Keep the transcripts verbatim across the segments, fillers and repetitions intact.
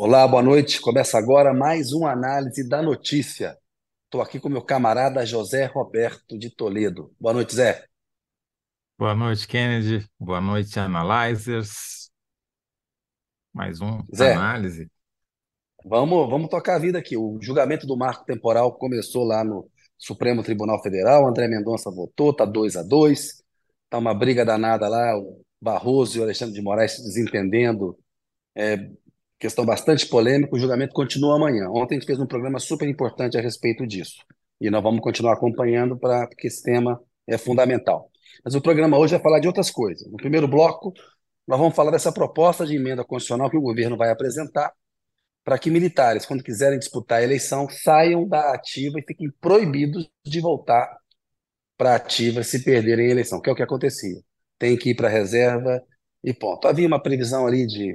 Olá, boa noite. Começa agora mais uma análise da notícia. Estou aqui com meu camarada José Roberto de Toledo. Boa noite, Zé. Boa noite, Kennedy. Boa noite, Analyzers. Mais um Zé, análise. vamos, vamos tocar a vida aqui. O julgamento do marco temporal começou lá no Supremo Tribunal Federal. André Mendonça votou, tá dois a dois. Tá uma briga danada lá. O Barroso e o Alexandre de Moraes se desentendendo. Questão bastante polêmica. O julgamento continua amanhã. Ontem a gente fez um programa super importante a respeito disso. E nós vamos continuar acompanhando pra, porque esse tema é fundamental. Mas o programa hoje vai falar de outras coisas. No primeiro bloco, nós vamos falar dessa proposta de emenda constitucional que o governo vai apresentar para que militares, quando quiserem disputar a eleição, saiam da ativa e fiquem proibidos de voltar para a ativa se perderem a eleição, que é o que acontecia. Tem que ir para a reserva e ponto. Havia uma previsão ali de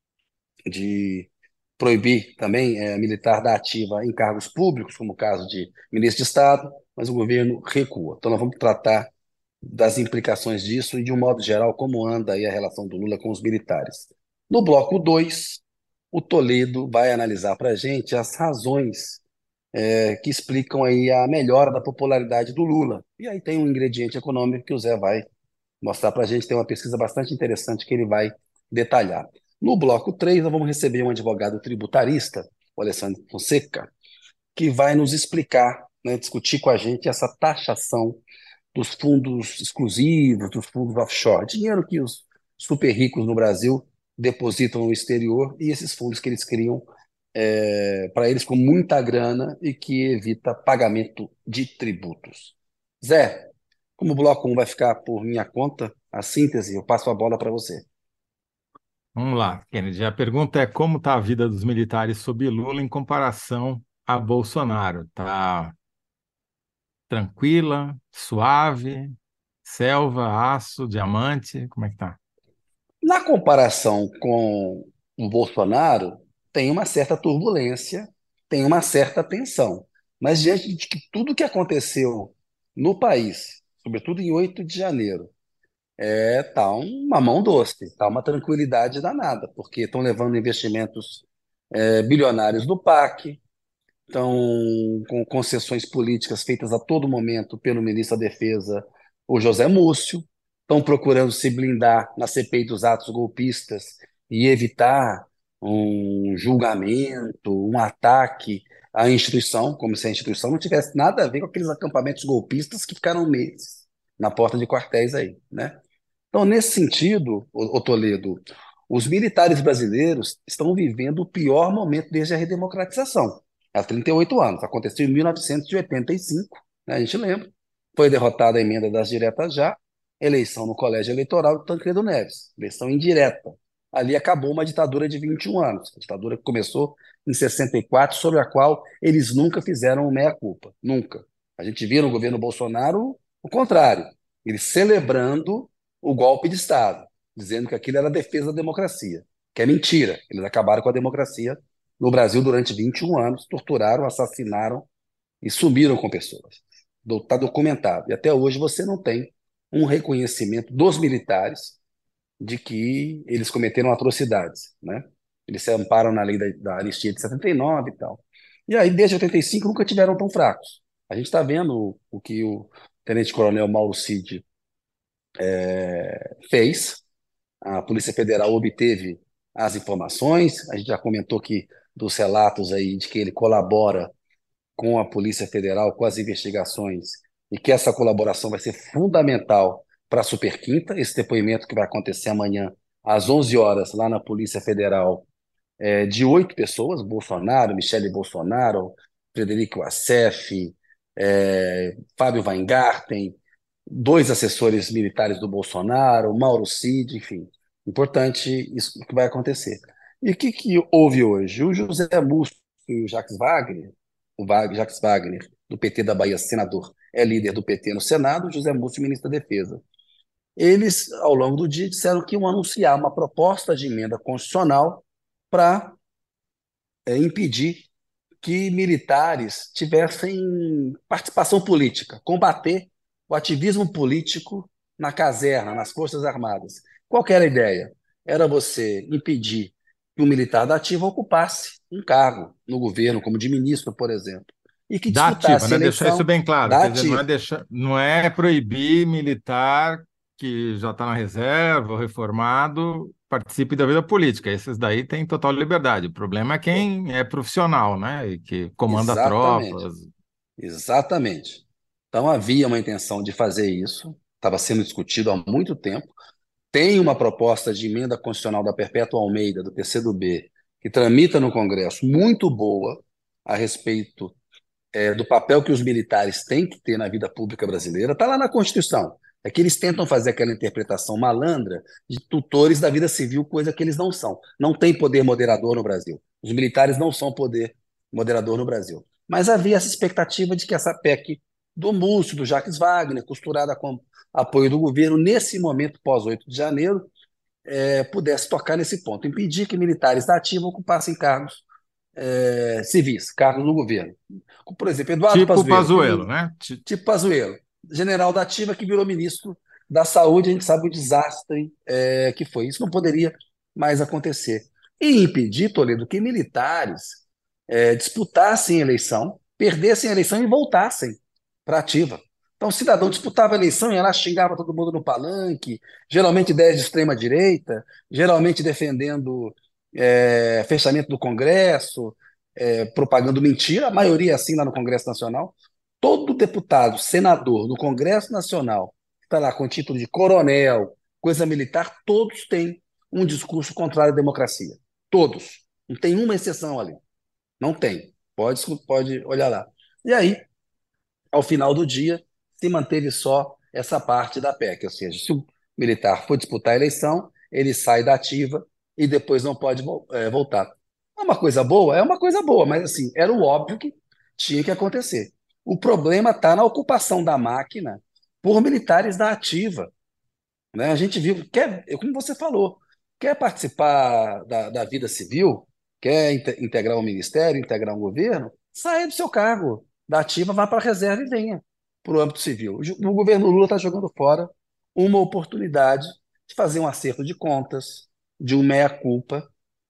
de proibir também é, militar da ativa em cargos públicos, como o caso de ministro de Estado, mas o governo recua. Então, nós vamos tratar das implicações disso e, de um modo geral, como anda aí a relação do Lula com os militares. No bloco dois, o Toledo vai analisar para a gente as razões é, que explicam aí a melhora da popularidade do Lula. E aí tem um ingrediente econômico que o Zé vai mostrar para a gente. Tem uma pesquisa bastante interessante que ele vai detalhar. No bloco três, nós vamos receber um advogado tributarista, o Alessandro Fonseca, que vai nos explicar, né, discutir com a gente essa taxação dos fundos exclusivos, dos fundos offshore, dinheiro que os super ricos no Brasil depositam no exterior e esses fundos que eles criam é, para eles com muita grana e que evita pagamento de tributos. Zé, como o bloco um vai ficar por minha conta, a síntese, eu passo a bola para você. Vamos lá, Kennedy. A pergunta é como está a vida dos militares sob Lula em comparação a Bolsonaro? Tá tranquila, suave, selva, aço, diamante? Como é que tá? Na comparação com o Bolsonaro, tem uma certa turbulência, tem uma certa tensão. Mas diante de que tudo que aconteceu no país, sobretudo em oito de janeiro, é, tá uma mão doce, tá uma tranquilidade danada, porque estão levando investimentos é, bilionários do PAC, estão com concessões políticas feitas a todo momento pelo ministro da Defesa, o José Múcio, estão procurando se blindar na C P I dos atos golpistas e evitar um julgamento, um ataque à instituição, como se a instituição não tivesse nada a ver com aqueles acampamentos golpistas que ficaram meses na porta de quartéis aí, né? Então, nesse sentido, o Toledo, os militares brasileiros estão vivendo o pior momento desde a redemocratização. Há trinta e oito anos. Aconteceu em mil novecentos e oitenta e cinco, né, a gente lembra. Foi derrotada a emenda das diretas já, eleição no colégio eleitoral de Tancredo Neves, eleição indireta. Ali acabou uma ditadura de vinte e um anos, a ditadura que começou em sessenta e quatro, sobre a qual eles nunca fizeram meia-culpa, nunca. A gente via no governo Bolsonaro o contrário, eles celebrando o golpe de Estado, dizendo que aquilo era a defesa da democracia, que é mentira. Eles acabaram com a democracia no Brasil durante vinte e um anos, torturaram, assassinaram e sumiram com pessoas. Está documentado. E até hoje você não tem um reconhecimento dos militares de que eles cometeram atrocidades, né? Eles se amparam na lei da, da anistia de setenta e nove e tal. E aí, desde oitenta e cinco, nunca tiveram tão fracos. A gente está vendo o, o que o tenente-coronel Mauro Cid fez. A Polícia Federal obteve as informações, a gente já comentou que dos relatos aí de que ele colabora com a Polícia Federal, com as investigações, e que essa colaboração vai ser fundamental para a Super Quinta, esse depoimento que vai acontecer amanhã às onze horas lá na Polícia Federal, é, de oito pessoas, Bolsonaro, Michele Bolsonaro, Frederico Assef, é, Fábio Weingarten, dois assessores militares do Bolsonaro, Mauro Cid, enfim. Importante isso que vai acontecer. E o que, que houve hoje? O José Múcio e o Jacques Wagner, o Wag- Jacques Wagner, do P T da Bahia, senador, é líder do P T no Senado, o José Múcio, ministro da Defesa. Eles, ao longo do dia, disseram que iam anunciar uma proposta de emenda constitucional para é, impedir que militares tivessem participação política, combater o ativismo político na caserna, nas Forças Armadas. Qual que era a ideia? Era você impedir que um militar da ativa ocupasse um cargo no governo, como de ministro, por exemplo, e que Da ativa, disputasse né? Deixar isso eleição bem claro. da Quer dizer, não é ativa. deixar, não é proibir militar que já está na reserva ou reformado participe da vida política. Esses daí têm total liberdade. O problema é quem é profissional, né? E que comanda Exatamente, tropas. exatamente. Então havia uma intenção de fazer isso, estava sendo discutido há muito tempo. Tem uma proposta de emenda constitucional da Perpétua Almeida, do P C do B, que tramita no Congresso, muito boa, a respeito é, do papel que os militares têm que ter na vida pública brasileira. Está lá na Constituição. É que eles tentam fazer aquela interpretação malandra de tutores da vida civil, coisa que eles não são. Não tem poder moderador no Brasil. Os militares não são poder moderador no Brasil. Mas havia essa expectativa de que essa P E C do Múcio, do Jacques Wagner, costurada com apoio do governo, nesse momento pós oito de janeiro, é, pudesse tocar nesse ponto, impedir que militares da ativa ocupassem cargos é, civis, cargos no governo. Por exemplo, Eduardo Tipo o Pazuello, que Pazuello, virou, né? Ti- tipo Pazuello, general da ativa que virou ministro da Saúde, a gente sabe o desastre é, que foi. Isso não poderia mais acontecer. E impedir, Toledo, que militares é, disputassem eleição, perdessem a eleição e voltassem para a ativa. Então, o cidadão disputava a eleição e ela xingava todo mundo no palanque, geralmente ideias de extrema-direita, geralmente defendendo é, fechamento do Congresso, é, propagando mentira, a maioria é assim lá no Congresso Nacional. Todo deputado, senador no Congresso Nacional, que está lá com o título de coronel, coisa militar, todos têm um discurso contrário à democracia. Todos. Não tem uma exceção ali. Não tem. Pode, pode olhar lá. E aí, ao final do dia, se manteve só essa parte da P E C, ou seja, se o militar for disputar a eleição, ele sai da ativa e depois não pode é, voltar. É uma coisa boa? É uma coisa boa, mas assim, era o óbvio que tinha que acontecer. O problema está na ocupação da máquina por militares da ativa. Né? A gente viu, quer, como você falou, quer participar da, da vida civil, quer inte- integrar um ministério, integrar um governo, saia do seu cargo da ativa, vá para a reserva e venha para o âmbito civil. O ju- o governo Lula está jogando fora uma oportunidade de fazer um acerto de contas, de um meia-culpa,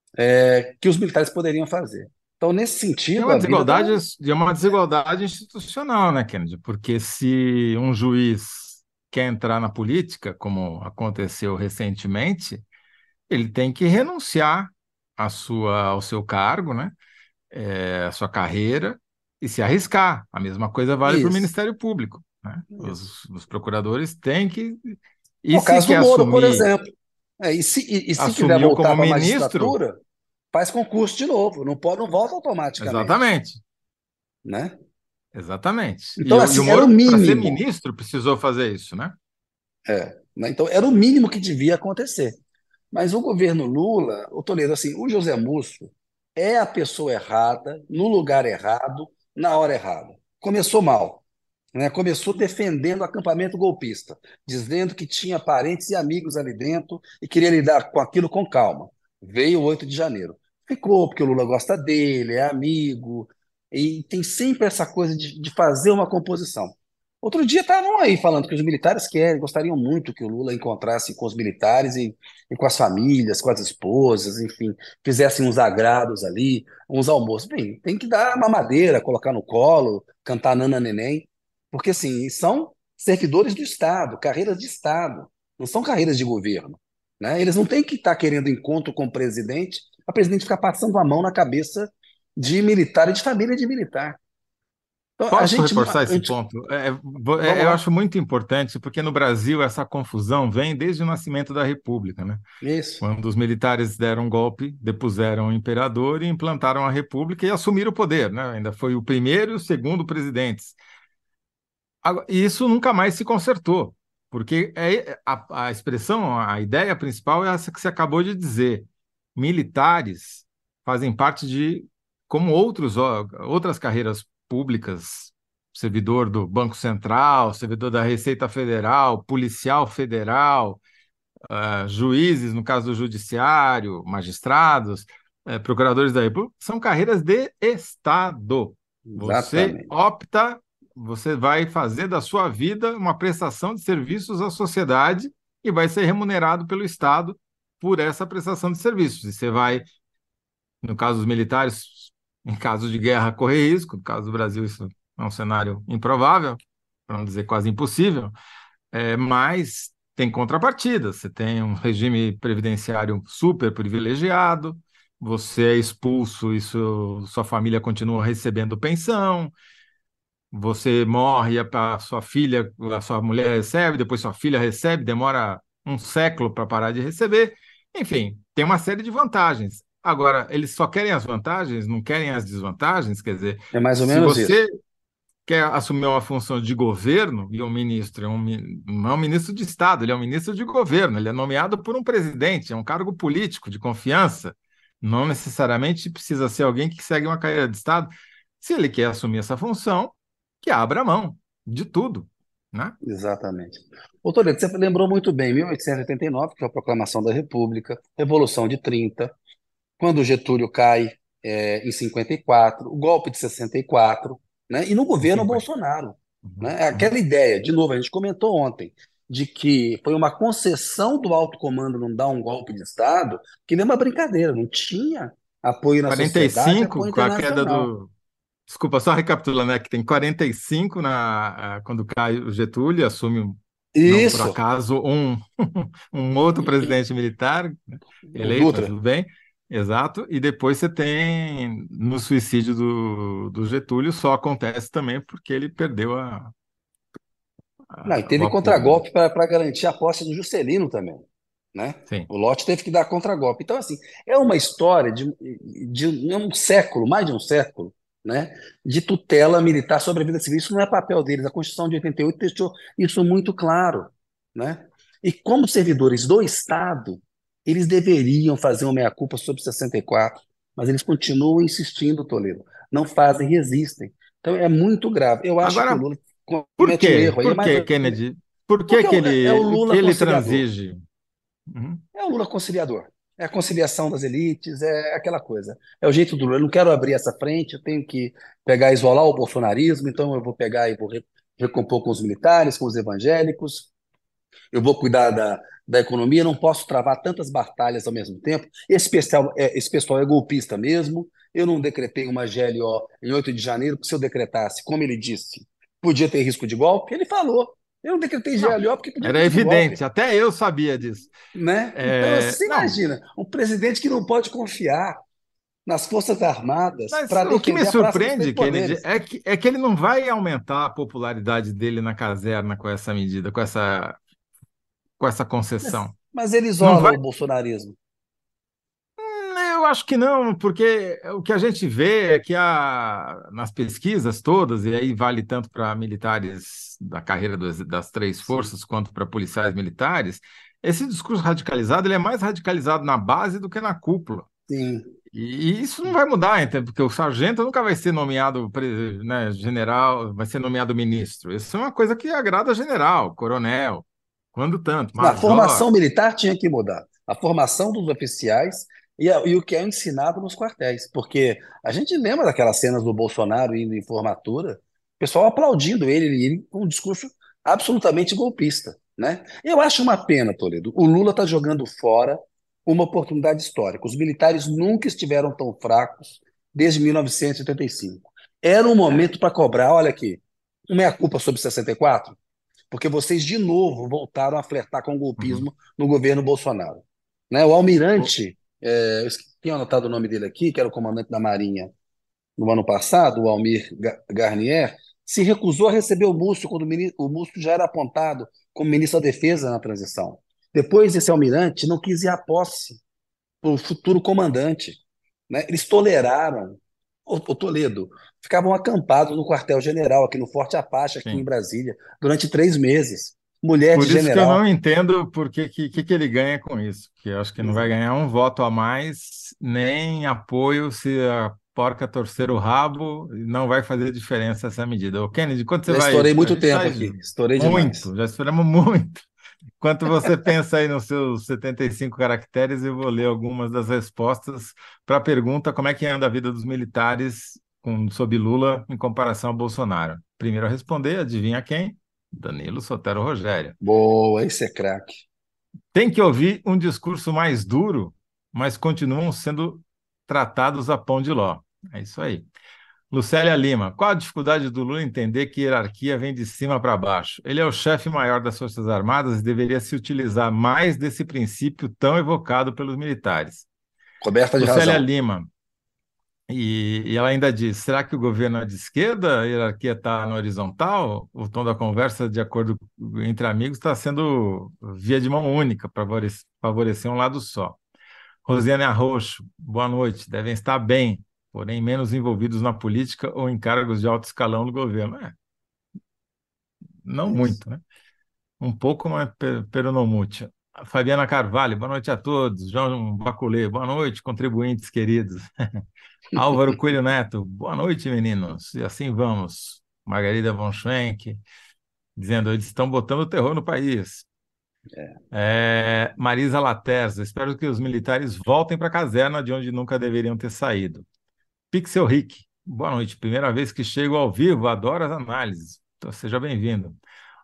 é, que os militares poderiam fazer. Então, nesse É sentido, uma a vida está. desigualdade, é uma desigualdade institucional, né, Kennedy? Porque se um juiz quer entrar na política, como aconteceu recentemente, ele tem que renunciar à sua, ao seu cargo, né? É, à sua carreira e se arriscar. A mesma coisa vale para o Isso, Ministério Público, né? isso. Os, os procuradores têm que, É e o se caso do quer Moro, por assumir, exemplo. É, e, se, e, e se quiser assumiu voltar como para a ministro, magistratura, faz concurso de novo, não pode, não volta automaticamente, exatamente, né? exatamente. E, Então, o- e o assim, era o Moro, para ser mínimo, ministro, precisou fazer isso, né? é, né? Então, era o mínimo que devia acontecer. Mas o governo Lula, o Toledo, assim, o José Múcio é a pessoa errada, no lugar errado, na hora errada. Começou mal, né? Começou defendendo o acampamento golpista, dizendo que tinha parentes e amigos ali dentro e queria lidar com aquilo com calma. Veio o oito de janeiro. Ficou, porque o Lula gosta dele, é amigo, e tem sempre essa coisa de, de fazer uma composição. Outro dia estavam aí falando que os militares querem, gostariam muito que o Lula encontrasse com os militares e, e com as famílias, com as esposas, enfim, fizessem uns agrados ali, uns almoços. Bem, tem que dar mamadeira, colocar no colo, cantar Nana Neném. Porque, assim, são servidores do Estado, carreiras de Estado, não são carreiras de governo. Né? Eles não têm que estar querendo encontro com o presidente, a presidente ficar passando a mão na cabeça de militar e de família de militar. Então, a Posso gente, reforçar a esse gente- ponto? É, vo- é, vamos eu lá. acho muito importante, porque no Brasil essa confusão vem desde o nascimento da República, né? Isso. Quando os militares deram um golpe, depuseram o imperador e implantaram a República e assumiram o poder, né? Ainda foi o primeiro e o segundo presidentes. Agora, e isso nunca mais se consertou, porque é a, a expressão, a ideia principal é essa que você acabou de dizer. Militares fazem parte de, como outros, ó, outras carreiras públicas, servidor do Banco Central, servidor da Receita Federal, policial federal, ah, juízes, no caso do judiciário, magistrados, eh, procuradores da República, são carreiras de Estado. Você Exatamente. opta, você vai fazer da sua vida uma prestação de serviços à sociedade e vai ser remunerado pelo Estado por essa prestação de serviços. E você vai No caso dos militares, em caso de guerra, correr risco. No caso do Brasil, isso é um cenário improvável, para não dizer quase impossível. É, mas tem contrapartidas. Você tem um regime previdenciário super privilegiado, você é expulso, isso, sua família continua recebendo pensão, você morre, a, a sua filha, a sua mulher recebe, depois sua filha recebe, demora um século para parar de receber. Enfim, tem uma série de vantagens. Agora, eles só querem as vantagens, não querem as desvantagens, quer dizer, É mais ou se menos você isso. quer assumir uma função de governo, e o ministro é um, mi- não é um ministro de Estado, ele é um ministro de governo, ele é nomeado por um presidente, é um cargo político de confiança, não necessariamente precisa ser alguém que segue uma carreira de Estado. Se ele quer assumir essa função, que abra mão de tudo, né? Exatamente. Ô, Toledo, você lembrou muito bem, mil oitocentos e oitenta e nove, que foi a proclamação da República, Revolução de trinta, quando o Getúlio cai é, em cinquenta e quatro, o golpe de sessenta e quatro, né? E no Em governo cinquenta. Bolsonaro, Uhum, né? uhum. Aquela ideia, de novo, a gente comentou ontem, de que foi uma concessão do alto comando não dar um golpe de Estado, que nem uma brincadeira, não tinha apoio na quarenta e sociedade, cinco apoio com a queda internacional. do. Desculpa, só recapitulando, né? Que tem quarenta e cinco na, ah, quando cai o Getúlio, assume, um- não por Isso, acaso, um, um outro presidente militar, né, o eleito, mas Dutra. tudo bem, exato. E depois você tem no suicídio do, do Getúlio, só acontece também porque ele perdeu a, Não, e a- o teve apoio, né? contragolpe para garantir a posse do Juscelino também, né? Sim. O Lott teve que dar contragolpe. Então, assim, é uma história de, de um século, mais de um século, né? De tutela militar sobre a vida civil. Isso não é papel deles. A Constituição de oitenta e oito deixou isso muito claro, né? E como servidores do Estado, eles deveriam fazer uma meia-culpa sobre sessenta e quatro, mas eles continuam insistindo, Toledo. Não fazem, resistem. Então, é muito grave. Eu acho que o Agora, Lula por comete um quê? erro aí, Por mas que, Kennedy? Por que porque é que o, é o ele, que Lula ele conciliador. transige? Uhum. É o Lula conciliador. É a conciliação das elites, é aquela coisa. É o jeito do Lula. Eu não quero abrir essa frente, eu tenho que pegar e isolar o bolsonarismo, então eu vou pegar e vou re- recompor com os militares, com os evangélicos, eu vou cuidar da, da economia, não posso travar tantas batalhas ao mesmo tempo. Esse pessoal, é, esse pessoal é golpista mesmo. Eu não decretei uma G L O em oito de janeiro, porque se eu decretasse, como ele disse, podia ter risco de golpe. Ele falou. Eu não decretei Não, G L O porque podia ter era risco de golpe, evidente, até eu sabia disso. né? Então, assim, É, você não, imagina, um presidente que não pode confiar nas Forças Armadas mas para o que me defender a Praça dos Três surpreende, Kennedy, Poderes. é que, é que ele não vai aumentar a popularidade dele na caserna com essa medida, com essa, com essa Mas, concessão. mas ele Não isola vai. o bolsonarismo. Hum, Eu acho que não, porque o que a gente vê é que a, nas pesquisas todas, e aí vale tanto para militares da carreira das, das três Sim, forças quanto para policiais militares, esse discurso radicalizado ele é mais radicalizado na base do que na cúpula. sim. E isso não vai mudar, entende? Porque o sargento nunca vai ser nomeado, pre- né, general, vai ser nomeado ministro. Isso é uma coisa que agrada general, coronel, quando tanto, Na major. formação militar tinha que mudar. A formação dos oficiais e, a- e o que é ensinado nos quartéis. Porque a gente lembra daquelas cenas do Bolsonaro indo em formatura, o pessoal aplaudindo ele, ele com um discurso absolutamente golpista, né? Eu acho uma pena, Toledo. O Lula está jogando fora uma oportunidade histórica. Os militares nunca estiveram tão fracos desde mil novecentos e oitenta e cinco. Era um momento para cobrar, olha aqui, uma meia-culpa sobre sessenta e quatro, porque vocês de novo voltaram a flertar com o Uhum. golpismo no governo Bolsonaro. Né? O almirante, é, eu esque- tinha anotado o nome dele aqui, que era o comandante da Marinha no ano passado, o Almir Ga- Garnier, se recusou a receber o Múcio quando o, mini- o Múcio já era apontado como ministro da Defesa na transição. Depois, esse almirante não quis ir à posse o futuro comandante. Né? Eles toleraram, o, o Toledo, ficavam acampados no quartel-general, aqui no Forte Apache, aqui em Sim. Brasília, durante três meses. Mulher de Por isso que eu não general. entendo por que, que, que que ele ganha com isso, porque eu acho que não vai ganhar um voto a mais, nem apoio se a porca torcer o rabo, não vai fazer diferença essa medida. Ô, Kennedy, quando você Já vai. estourei A muito gente está tempo aqui, estourei demais. muito, já esperamos muito. Enquanto você pensa aí nos seus setenta e cinco caracteres, eu vou ler algumas das respostas para a pergunta como é que anda a vida dos militares com, sob Lula em comparação ao Bolsonaro. Primeiro a responder, adivinha quem? Danilo Sotero Rogério. Boa, esse é craque. Tem que ouvir um discurso mais duro, mas continuam sendo tratados a pão de ló. É isso aí. Lucélia Lima, qual a dificuldade do Lula entender que hierarquia vem de cima para baixo? Ele é o chefe maior das Forças Armadas e deveria se utilizar mais desse princípio tão evocado pelos militares. Coberta de Lucélia razão. Lima, e, e ela ainda diz: será que o governo é de esquerda? A hierarquia está na horizontal? O tom da conversa, de acordo entre amigos, está sendo via de mão única, para favorecer, favorecer um lado só. Rosiane Arroxo, boa noite. Devem estar bem, porém menos envolvidos na política ou em cargos de alto escalão do governo. É, não Isso. muito, né? Um pouco, mas per- pero não muito. Fabiana Carvalho, boa noite a todos. João Baculê, boa noite, contribuintes queridos. Álvaro Coelho Neto, boa noite, meninos. E assim vamos. Margarida von Schwenk, dizendo, eles estão botando terror no país. É, É, Marisa Laterza, espero que os militares voltem para a caserna de onde nunca deveriam ter saído. Pixel Rick, boa noite. Primeira vez que chego ao vivo, adoro as análises. Então, seja bem-vindo.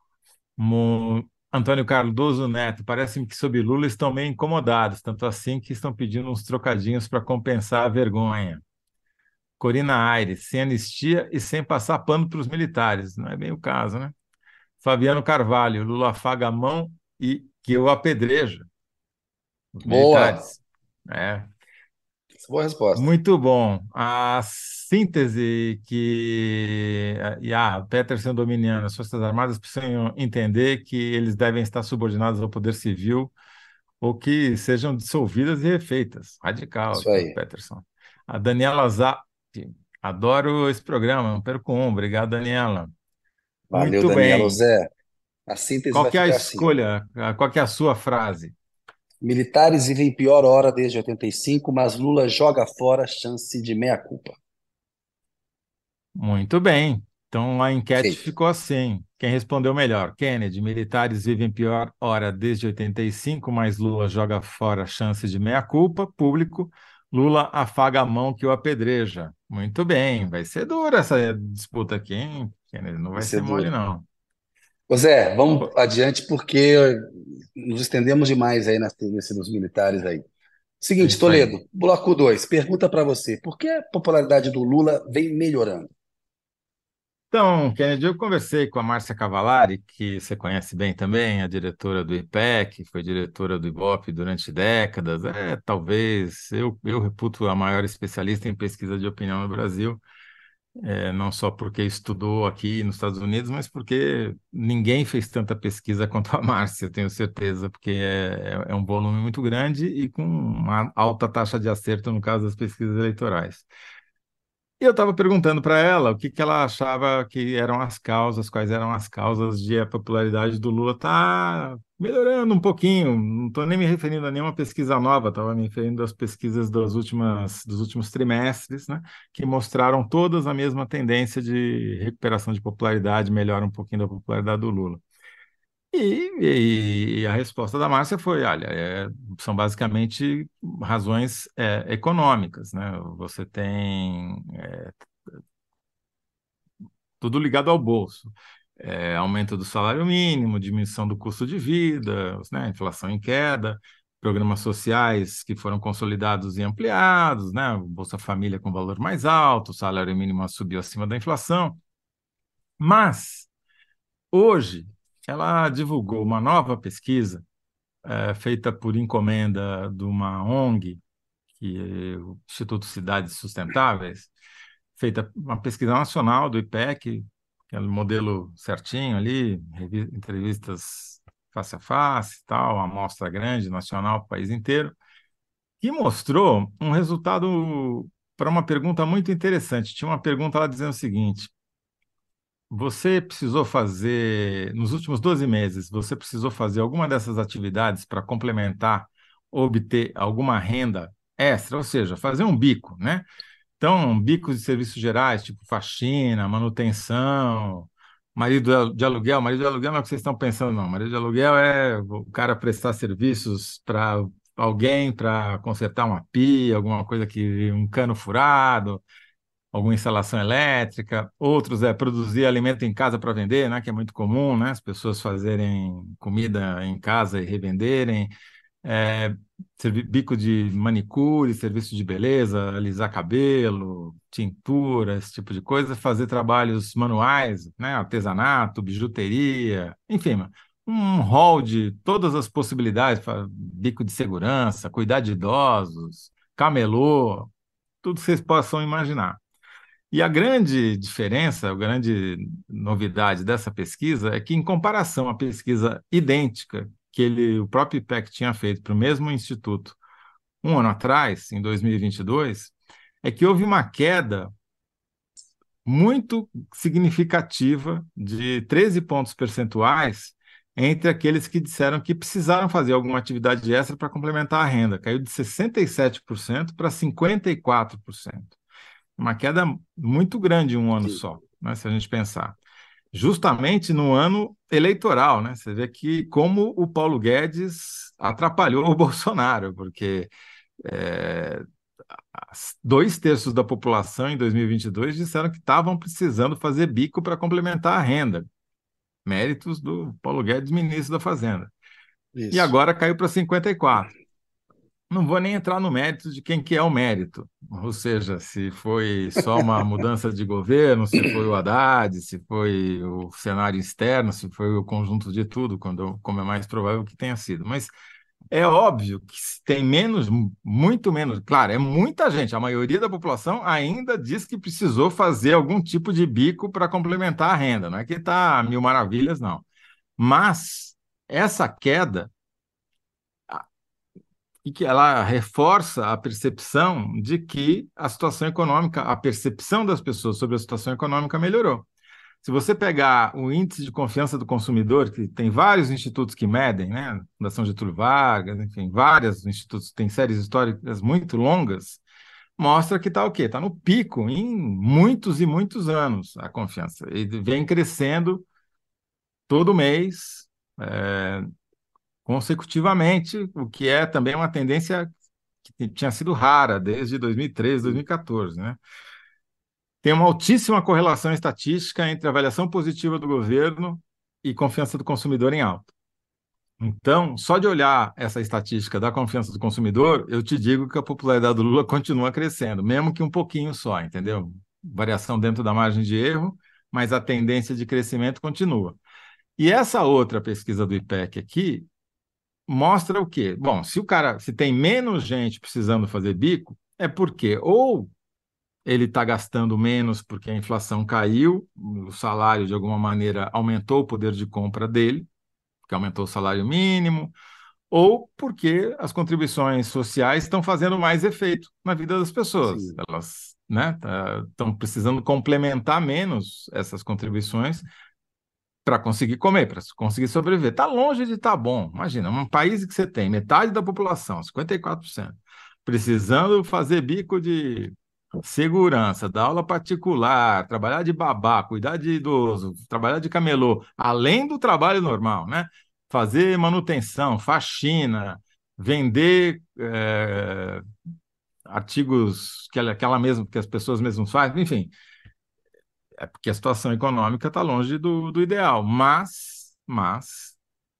Mo- Antônio Cardoso Neto, parece-me que sob Lula estão meio incomodados, tanto assim que estão pedindo uns trocadinhos para compensar a vergonha. Corina Aires, sem anistia e sem passar pano para os militares. Não é bem o caso, né? Fabiano Carvalho, Lula afaga a mão e que eu apedrejo os boa. militares. É, Boa resposta. muito bom. A síntese que e a Peterson Dominiano, as Forças Armadas precisam entender que eles devem estar subordinados ao poder civil ou que sejam dissolvidas e refeitas. Radical Isso aqui, o aí. Peterson. A Daniela Zap, adoro esse programa, não perco um. Obrigado, Daniela. Valeu, Muito Daniela. bem. Zé, a síntese Qual vai que é a ficar assim, ó. escolha? Qual que é a sua frase? Militares vivem pior hora desde oitenta e cinco, mas Lula joga fora a chance de meia-culpa. Muito bem. Então a enquete Feito. ficou assim. Quem respondeu melhor? Kennedy, militares vivem pior hora desde oitenta e cinco, mas Lula joga fora a chance de meia-culpa. Público, Lula afaga a mão que o apedreja. Muito bem. Vai ser dura essa disputa aqui, hein, Kennedy? Não Vai vai ser ser mole, duro. não. Ô Zé, vamos Pô, adiante porque nos estendemos demais aí na tendência dos militares aí. é Seguinte, isso aí. Toledo, bloco dois. Pergunta para você: por que a popularidade do Lula vem melhorando? Então, Kennedy, eu conversei com a Márcia Cavalari, que você conhece bem também, a diretora do IPEC, foi diretora do IBOP durante décadas. É, talvez, eu, eu reputo a maior especialista em pesquisa de opinião no Brasil, é, não só porque estudou aqui nos Estados Unidos, mas porque ninguém fez tanta pesquisa quanto a Márcia, eu tenho certeza, porque é, é é um volume muito grande e com uma alta taxa de acerto no caso das pesquisas eleitorais. E eu estava perguntando para ela o que que ela achava que eram as causas, quais eram as causas de a popularidade do Lula estar melhorando um pouquinho. Não estou nem me referindo a nenhuma pesquisa nova, estava me referindo às pesquisas das últimas, dos últimos trimestres, né, que mostraram todas a mesma tendência de recuperação de popularidade, melhora um pouquinho da popularidade do Lula. E, e- e a resposta da Márcia foi, olha, é, são basicamente razões é, econômicas, né? Você tem é, tudo ligado ao bolso. É, aumento do salário mínimo, diminuição do custo de vida, né? Inflação em queda, programas sociais que foram consolidados e ampliados, né? O Bolsa Família com valor mais alto, o salário mínimo subiu acima da inflação. Mas, hoje, ela divulgou uma nova pesquisa é, feita por encomenda de uma O N G, que é o Instituto Cidades Sustentáveis, feita uma pesquisa nacional do IPEC, aquele modelo certinho ali, revi- entrevistas face a face, tal, uma amostra grande, nacional, para o país inteiro, que mostrou um resultado para uma pergunta muito interessante. Tinha uma pergunta lá dizendo o seguinte: você precisou fazer, nos últimos doze meses, você precisou fazer alguma dessas atividades para complementar, obter alguma renda extra, ou seja, fazer um bico, né? Então, bicos de serviços gerais, tipo faxina, manutenção, marido de aluguel. Marido de aluguel não é o que vocês estão pensando, não. Marido de aluguel é o cara prestar serviços para alguém para consertar uma pia, alguma coisa que um cano furado, alguma instalação elétrica. Outros é produzir alimento em casa para vender, né, que é muito comum, né, as pessoas fazerem comida em casa e revenderem. É, servi- bico de manicure, serviço de beleza, alisar cabelo, tintura, esse tipo de coisa, fazer trabalhos manuais, né, artesanato, bijuteria, enfim, um rol de todas as possibilidades, fa- bico de segurança, cuidar de idosos, camelô, tudo que vocês possam imaginar. E a grande diferença, a grande novidade dessa pesquisa é que, em comparação à pesquisa idêntica que ele, o próprio IPEC tinha feito para o mesmo instituto um ano atrás, em dois mil e vinte e dois, é que houve uma queda muito significativa de treze pontos percentuais entre aqueles que disseram que precisaram fazer alguma atividade extra para complementar a renda. Caiu de sessenta e sete por cento para cinquenta e quatro por cento. Uma queda muito grande em um ano Sim, só, né, se a gente pensar. Justamente no ano eleitoral, né? Você vê que como o Paulo Guedes atrapalhou o Bolsonaro, porque é, dois terços da população em dois mil e vinte e dois disseram que estavam precisando fazer bico para complementar a renda. Méritos do Paulo Guedes, ministro da Fazenda. E isso. agora caiu para cinquenta e quatro. Não vou nem entrar no mérito de quem que é o mérito, ou seja, se foi só uma mudança de governo, se foi o Haddad, se foi o cenário externo, se foi o conjunto de tudo, quando, como é mais provável que tenha sido. Mas é óbvio que se tem menos, muito menos, claro, é muita gente, a maioria da população ainda diz que precisou fazer algum tipo de bico para complementar a renda, não é que está a mil maravilhas, não. Mas essa queda e que ela reforça a percepção de que a situação econômica, a percepção das pessoas sobre a situação econômica melhorou. Se você pegar o índice de confiança do consumidor, que tem vários institutos que medem, né? Fundação Getúlio Vargas, enfim, vários institutos, tem séries históricas muito longas, mostra que está o quê? Está no pico em muitos e muitos anos a confiança. E vem crescendo todo mês, é, consecutivamente, o que é também uma tendência que tinha sido rara desde dois mil e treze, Sim. dois mil e quatorze, né? Tem uma altíssima correlação estatística entre avaliação positiva do governo e confiança do consumidor em alta. Então, só de olhar essa estatística da confiança do consumidor, eu te digo que a popularidade do Lula continua crescendo, mesmo que um pouquinho só, entendeu? Variação dentro da margem de erro, mas a tendência de crescimento continua. E essa outra pesquisa do IPEC aqui mostra o quê? Bom, se o cara, se tem menos gente precisando fazer bico, é porque ou ele está gastando menos porque a inflação caiu, o salário de alguma maneira aumentou o poder de compra dele, porque aumentou o salário mínimo, ou porque as contribuições sociais estão fazendo mais efeito na vida das pessoas. Sim. Elas, né, estão precisando complementar menos essas contribuições para conseguir comer, para conseguir sobreviver. Está longe de estar tá bom. Imagina, um país que você tem metade da população, cinquenta e quatro por cento, precisando fazer bico de segurança, dar aula particular, trabalhar de babá, cuidar de idoso, trabalhar de camelô, além do trabalho normal, né? Fazer manutenção, faxina, vender é, artigos que ela, que ela mesma, que as pessoas mesmas fazem, enfim, é porque a situação econômica está longe do, do ideal, mas, mas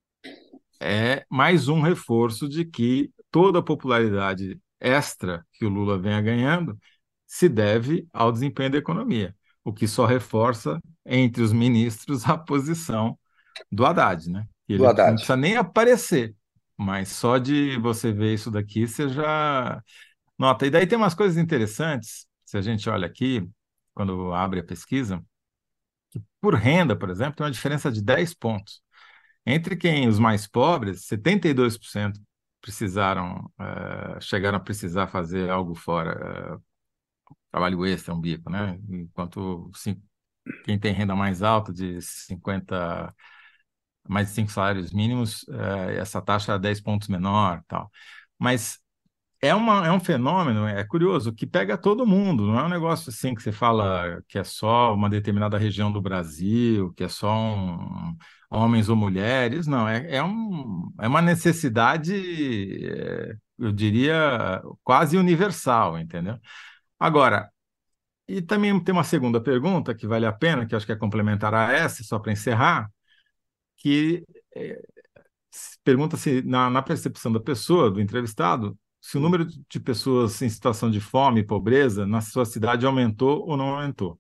é mais um reforço de que toda a popularidade extra que o Lula venha ganhando se deve ao desempenho da economia, o que só reforça entre os ministros a posição do Haddad, né? Que Do ele não Haddad. precisa nem aparecer, mas só de você ver isso daqui, você já nota. E daí tem umas coisas interessantes, se a gente olha aqui, quando abre a pesquisa, por renda, por exemplo, tem uma diferença de dez pontos. Entre quem os mais pobres, setenta e dois por cento precisaram, eh, chegaram a precisar fazer algo fora, eh, trabalho extra, um bico, né? Enquanto sim, quem tem renda mais alta, de cinquenta, mais de cinco salários mínimos, eh, essa taxa é dez pontos menor, tal. Mas é, uma, é um fenômeno, é curioso, que pega todo mundo, não é um negócio assim que você fala que é só uma determinada região do Brasil, que é só um, homens ou mulheres, não, é, é, um, é uma necessidade, é, eu diria, quase universal, entendeu? Agora, e também tem uma segunda pergunta que vale a pena, que eu acho que é complementar a essa, só para encerrar, que pergunta-se, na, na percepção da pessoa, do entrevistado, se o número de pessoas em situação de fome e pobreza na sua cidade aumentou ou não aumentou.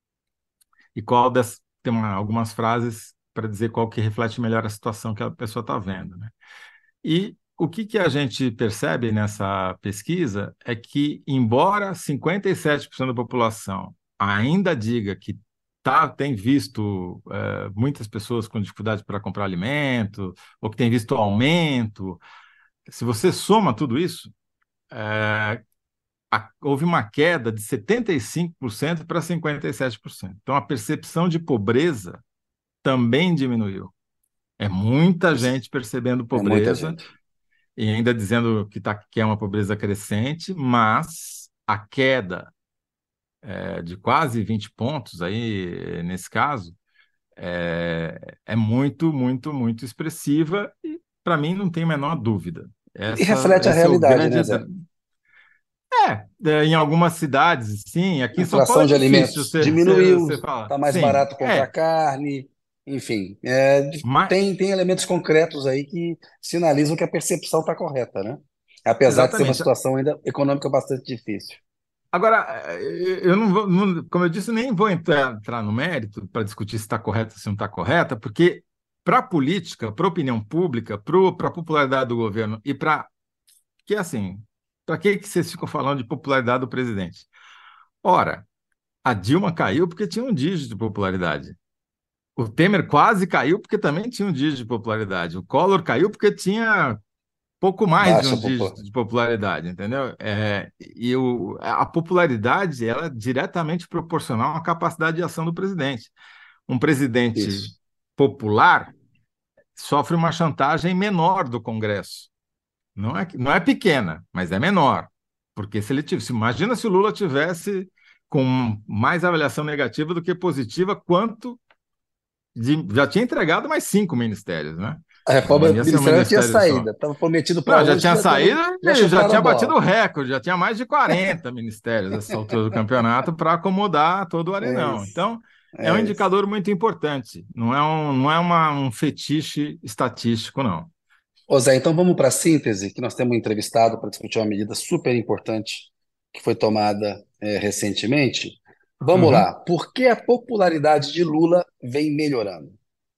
E qual das, tem uma, algumas frases para dizer qual que reflete melhor a situação que a pessoa está vendo, né? E o que, que a gente percebe nessa pesquisa é que, embora cinquenta e sete por cento da população ainda diga que tá, tem visto é, muitas pessoas com dificuldade para comprar alimento, ou que tem visto aumento, se você soma tudo isso, é, a, houve uma queda de setenta e cinco por cento para cinquenta e sete por cento. Então, a percepção de pobreza também diminuiu. É muita gente percebendo É muita pobreza gente. e ainda dizendo que, tá, que é uma pobreza crescente, mas a queda é, de quase vinte pontos aí, nesse caso, é, é muito, muito, muito expressiva e, para mim, não tem a menor dúvida. E Essa, reflete a esse é o realidade, né, grande... Zé? É, é, em algumas cidades, sim. Aqui A em São Paulo inflação é de difícil alimentos você, você, diminuiu, você falar. está mais Sim, barato comprar é, carne, enfim. É, mas, tem, tem elementos concretos aí que sinalizam que a percepção está correta, né? Apesar de ser uma exatamente. situação ainda econômica bastante difícil. Agora, eh, eu não vou, não- como eu disse, nem vou entrar, entrar no mérito para discutir se está correta ou se não está correta, porque para a política, para a opinião pública, para a popularidade do governo e para que assim, para que que vocês ficam falando de popularidade do presidente? Ora, a Dilma caiu porque tinha um dígito de popularidade. O Temer quase caiu porque também tinha um dígito de popularidade. O Collor caiu porque tinha pouco mais de um Baixa, dígito popô. de popularidade, entendeu? É, e o, a popularidade ela é diretamente proporcional à capacidade de ação do presidente. Um presidente Isso. popular sofre uma chantagem menor do Congresso. Não é, não é pequena, mas é menor. Porque se ele tivesse, imagina se o Lula tivesse com mais avaliação negativa do que positiva, quanto de, já tinha entregado mais cinco ministérios, né? A reforma Não ia ser um ministerial tinha ministério só. saída. Estava prometido para Não, já hoje, tinha já, teve, saído já e já chutaram a tinha batido bola. o recorde, já tinha mais de quarenta ministérios nessa altura do campeonato para acomodar todo o É arenão. isso. Então, é um É isso. indicador muito importante, não é um, não é uma, um fetiche estatístico, não. Ô Zé, então vamos para a síntese, que nós temos um entrevistado para discutir uma medida super importante que foi tomada é, recentemente. Vamos Uhum. lá. Por que a popularidade de Lula vem melhorando?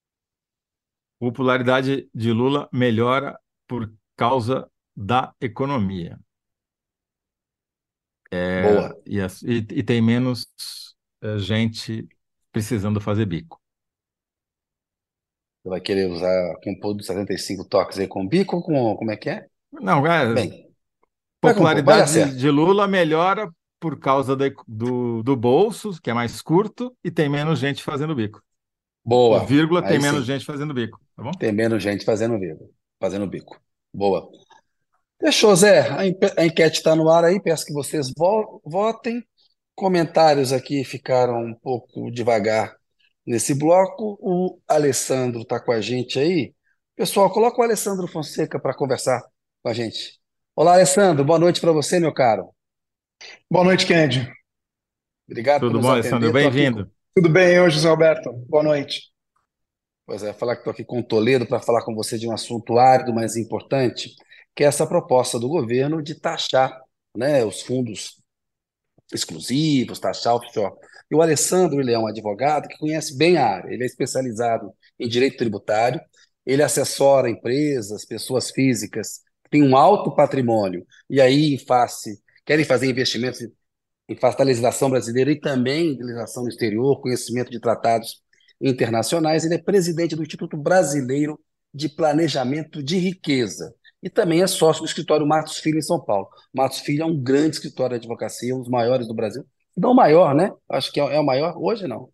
Popularidade de Lula melhora por causa da economia. É, Boa. e, as- e- e tem menos eh, gente precisando fazer bico. Você vai querer usar compor dos setenta e cinco toques aí com bico ou com, como é que é? Não, é, Bem, vai compor, vai dar popularidade certo. de Lula melhora por causa da- do, do bolso, que é mais curto, e tem menos gente fazendo bico. O Boa. vírgula tem Aí menos sim. gente fazendo bico, tá bom? Tem menos gente fazendo bico. Fazendo bico. Boa. Fechou, Zé. A enpe- a enquete está no ar aí. Peço que vocês vo- votem. Comentários aqui ficaram um pouco devagar nesse bloco. O Alessandro está com a gente aí. Pessoal, coloca o Alessandro Fonseca para conversar com a gente. Olá, Alessandro. Boa noite para você, meu caro. Boa noite, Kennedy. Obrigado por Tudo nos bom, Alessandro? atender. Estou aqui com, Bem-vindo. Tudo bem, eu, José Alberto? Boa noite. pois é, falar que estou aqui com o Toledo para falar com você de um assunto árido, mas importante, que é essa proposta do governo de taxar, né, os fundos exclusivos, taxar offshore. E o Alessandro, ele é um advogado que conhece bem a área, ele é especializado em direito tributário, ele assessora empresas, pessoas físicas que têm um alto patrimônio e aí em face, querem fazer investimentos em face da legislação brasileira e também de legislação no exterior, conhecimento de tratados internacionais. Ele é presidente do Instituto Brasileiro de Planejamento de Riqueza e também é sócio do escritório Matos Filho em São Paulo. Matos Filho é um grande escritório de advocacia, um dos maiores do Brasil. Não o maior, né? Acho que é, é o maior hoje, não.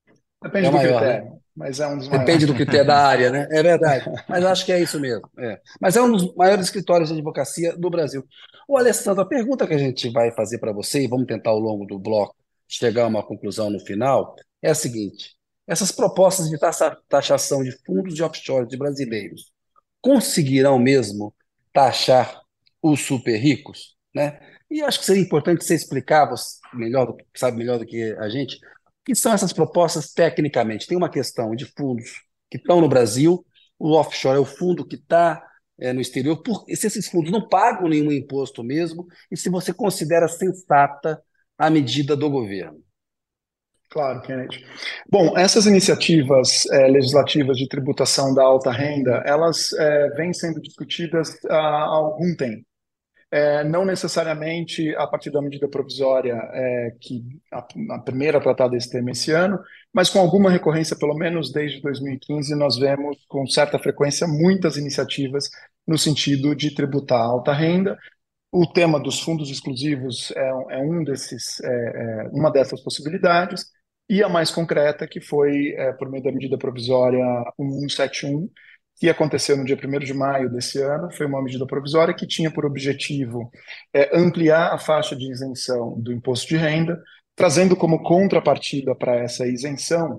É Depende o do maior, né? critério, mas é um dos Depende maiores. do critério da área, né? É verdade. Mas acho que é isso mesmo. É. Mas é um dos maiores escritórios de advocacia do Brasil. O Alessandro, a pergunta que a gente vai fazer para você, e vamos tentar ao longo do bloco chegar a uma conclusão no final, é a seguinte: essas propostas de taxa- taxação de fundos de offshore de brasileiros conseguirão mesmo taxar os super ricos, né? E acho que seria importante você explicar, você melhor, do- sabe melhor do que a gente, o que são essas propostas tecnicamente. Tem uma questão de fundos que estão no Brasil o offshore é o fundo que está no exterior, por, se esses fundos não pagam nenhum imposto mesmo, e se você considera sensata a medida do governo. Claro, Kennedy. Bom, essas iniciativas eh, legislativas de tributação da alta renda, elas eh, vêm sendo discutidas há algum tempo. É, não necessariamente a partir da medida provisória, é, que a, a primeira a tratar desse tema esse ano, mas com alguma recorrência, pelo menos desde dois mil e quinze, nós vemos com certa frequência muitas iniciativas no sentido de tributar a alta renda. O tema dos fundos exclusivos é, é um desses, é, é, uma dessas possibilidades, e a mais concreta, que foi é, por meio da medida provisória mil cento e setenta e um, que aconteceu no dia primeiro de maio desse ano. Foi uma medida provisória que tinha por objetivo é, ampliar a faixa de isenção do imposto de renda, trazendo como contrapartida para essa isenção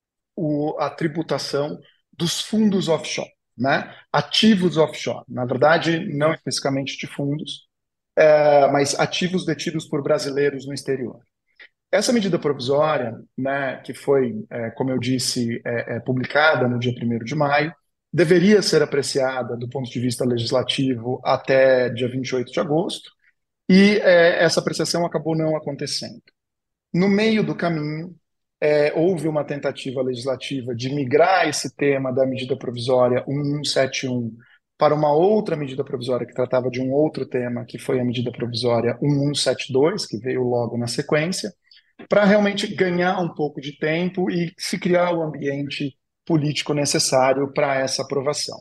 o, a tributação dos fundos offshore, né? Ativos offshore. Na verdade, não especificamente de fundos, é, mas ativos detidos por brasileiros no exterior. Essa medida provisória, né, que foi, é, como eu disse, é, é, publicada no dia primeiro de maio, deveria ser apreciada do ponto de vista legislativo até dia vinte e oito de agosto, e é, essa apreciação acabou não acontecendo. No meio do caminho, é, houve uma tentativa legislativa de migrar esse tema da medida provisória mil cento e setenta e um para uma outra medida provisória que tratava de um outro tema, que foi a medida provisória mil cento e setenta e dois, que veio logo na sequência, para realmente ganhar um pouco de tempo e se criar o ambiente político necessário para essa aprovação.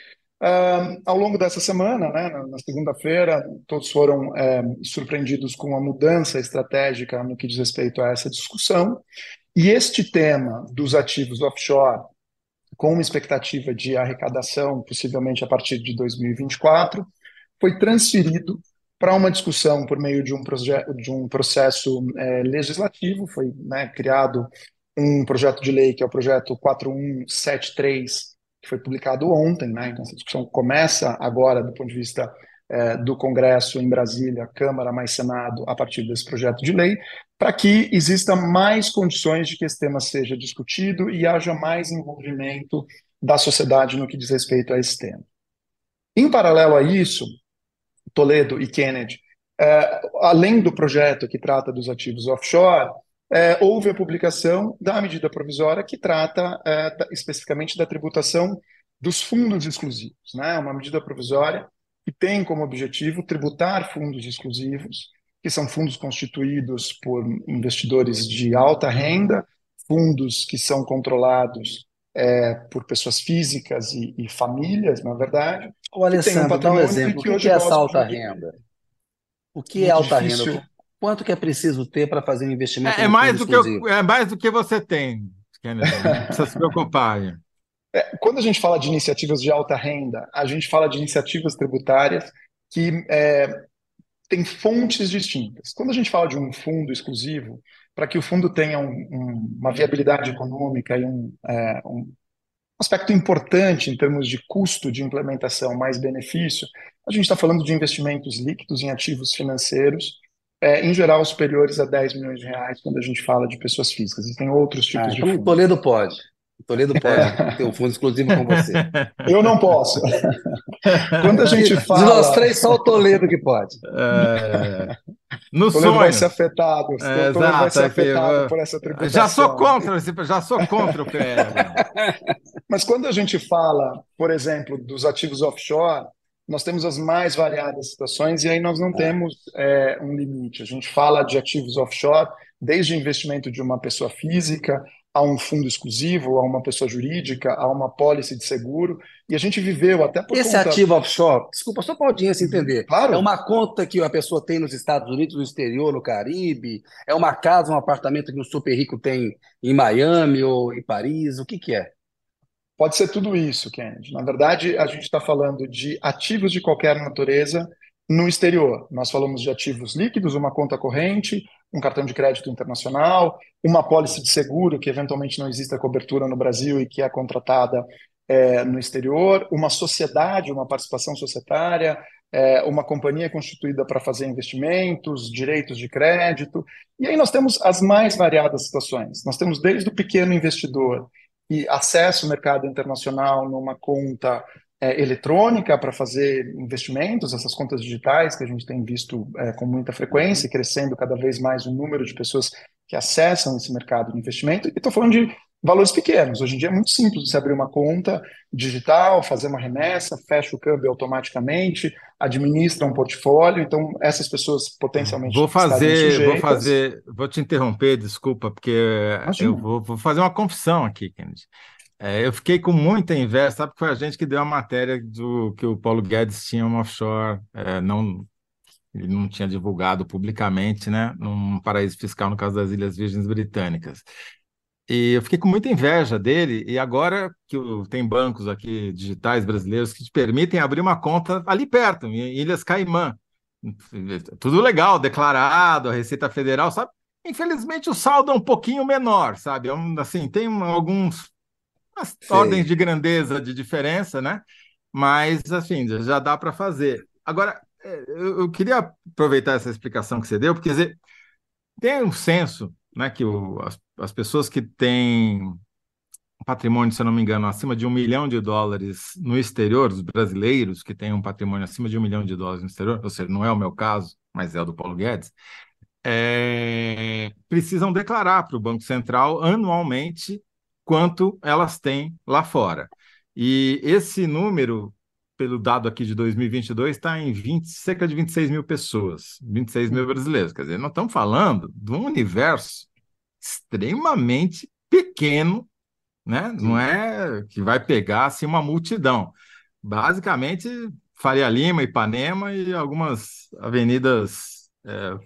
Uh, ao longo dessa semana, né, na, na segunda-feira, todos foram é, surpreendidos com uma mudança estratégica no que diz respeito a essa discussão, e este tema dos ativos offshore, com uma expectativa de arrecadação, possivelmente a partir de dois mil e vinte e quatro, foi transferido para uma discussão por meio de um, de um processo é, legislativo. Foi, né, criado um projeto de lei, que é o projeto quatro mil cento e setenta e três, que foi publicado ontem, né? Então essa discussão começa agora do ponto de vista é, do Congresso em Brasília, Câmara mais Senado, a partir desse projeto de lei, para que exista mais condições de que esse tema seja discutido e haja mais envolvimento da sociedade no que diz respeito a esse tema. Em paralelo a isso, Toledo e Kennedy, é, além do projeto que trata dos ativos offshore, é, houve a publicação da medida provisória que trata é, da, especificamente da tributação dos fundos exclusivos, né? Uma medida provisória que tem como objetivo tributar fundos exclusivos, que são fundos constituídos por investidores de alta renda, fundos que são controlados é, por pessoas físicas e, e famílias, na verdade, Ô, que têm um Alessandro, dá um patrimônio e exemplo. O que que que hoje é essa gozam de alta um renda? O que é muito alta renda? difícil. Quanto que é preciso ter para fazer um investimento É, é no fundo mais do que, eu- exclusivo? é mais do que você tem, Kennedy. Não precisa se preocupar aí. É, quando a gente fala de iniciativas de alta renda, a gente fala de iniciativas tributárias que é, têm fontes distintas. Quando a gente fala de um fundo exclusivo, para que o fundo tenha um, um, uma viabilidade econômica e um, é, um aspecto importante em termos de custo de implementação mais benefício, a gente está falando de investimentos líquidos em ativos financeiros, é, em geral superiores a dez milhões de reais quando a gente fala de pessoas físicas. Existem outros Ah, tipos de então o fundos. Toledo pode. O Toledo pode ter um fundo exclusivo com você. Eu não posso. Quando a gente De, de nós fala, três, só o Toledo que pode. É, no Toledo vai ser sonho. afetado, É, Toledo vai exato. ser É que afetado por essa eu já sou tributação. contra, esse- já sou contra o crédito. Mas quando a gente fala, por exemplo, dos ativos offshore, nós temos as mais variadas situações e aí nós não Ah, temos é, um limite. A gente fala de ativos offshore, desde o investimento de uma pessoa física a um fundo exclusivo, a uma pessoa jurídica, a uma pólice de seguro. E a gente viveu até por esse conta. ativo offshore, desculpa, só para a audiência entender, é Claro, uma conta que a pessoa tem nos Estados Unidos, no exterior, no Caribe? É uma casa, um apartamento que um super rico tem em Miami ou em Paris? O que que é? pode ser tudo isso, Kennedy. Na verdade, a gente está falando de ativos de qualquer natureza no exterior. Nós falamos de ativos líquidos, uma conta corrente, um cartão de crédito internacional, uma pólice de seguro que eventualmente não existe a cobertura no Brasil e que é contratada é, no exterior, uma sociedade, uma participação societária, é, uma companhia constituída para fazer investimentos, direitos de crédito. E aí nós temos as mais variadas situações. Nós temos desde o pequeno investidor que acessa o mercado internacional numa conta é, eletrônica para fazer investimentos, essas contas digitais que a gente tem visto é, com muita frequência, Uhum. e crescendo cada vez mais o número de pessoas que acessam esse mercado de investimento. E estou falando de valores pequenos. Hoje em dia é muito simples você abrir uma conta digital, fazer uma remessa, fecha o câmbio automaticamente, administra um portfólio. Então, essas pessoas Vou potencialmente estariam fazer, vou sujeitas. fazer, vou te interromper, desculpa, porque eu Imagina. vou, vou fazer uma confissão aqui, Kennedy. É, eu fiquei com muita inveja, sabe que foi a gente que deu a matéria do que o Paulo Guedes tinha uma offshore, é, não, ele não tinha divulgado publicamente, né, num paraíso fiscal, no caso das Ilhas Virgens Britânicas. E eu fiquei com muita inveja dele, e agora que o- tem bancos aqui digitais brasileiros que te permitem abrir uma conta ali perto, em Ilhas Caimã. Tudo legal, declarado, a Receita Federal, sabe? Infelizmente o saldo é um pouquinho menor, sabe? É um, assim, tem um- alguns umas ordens Sei. de grandeza de diferença, né? Mas, assim, já já dá para fazer. Agora, é, eu, eu queria aproveitar essa explicação que você deu, porque quer dizer, tem um senso, né, que o, as, as pessoas que têm um patrimônio, se eu não me engano, acima de um milhão de dólares no exterior, os brasileiros que têm um patrimônio acima de um milhão de dólares no exterior, ou seja, não é o meu caso, mas é o do Paulo Guedes, é, precisam declarar para o Banco Central anualmente quanto elas têm lá fora. E esse número, pelo dado aqui de dois mil e vinte e dois, está em vinte, cerca de vinte e seis mil pessoas, vinte e seis mil Uhum. brasileiros. Quer dizer, nós estamos falando de um universo extremamente pequeno, né? Não Sim. é que vai pegar assim, uma multidão. Basicamente, Faria Lima, Ipanema e algumas avenidas é,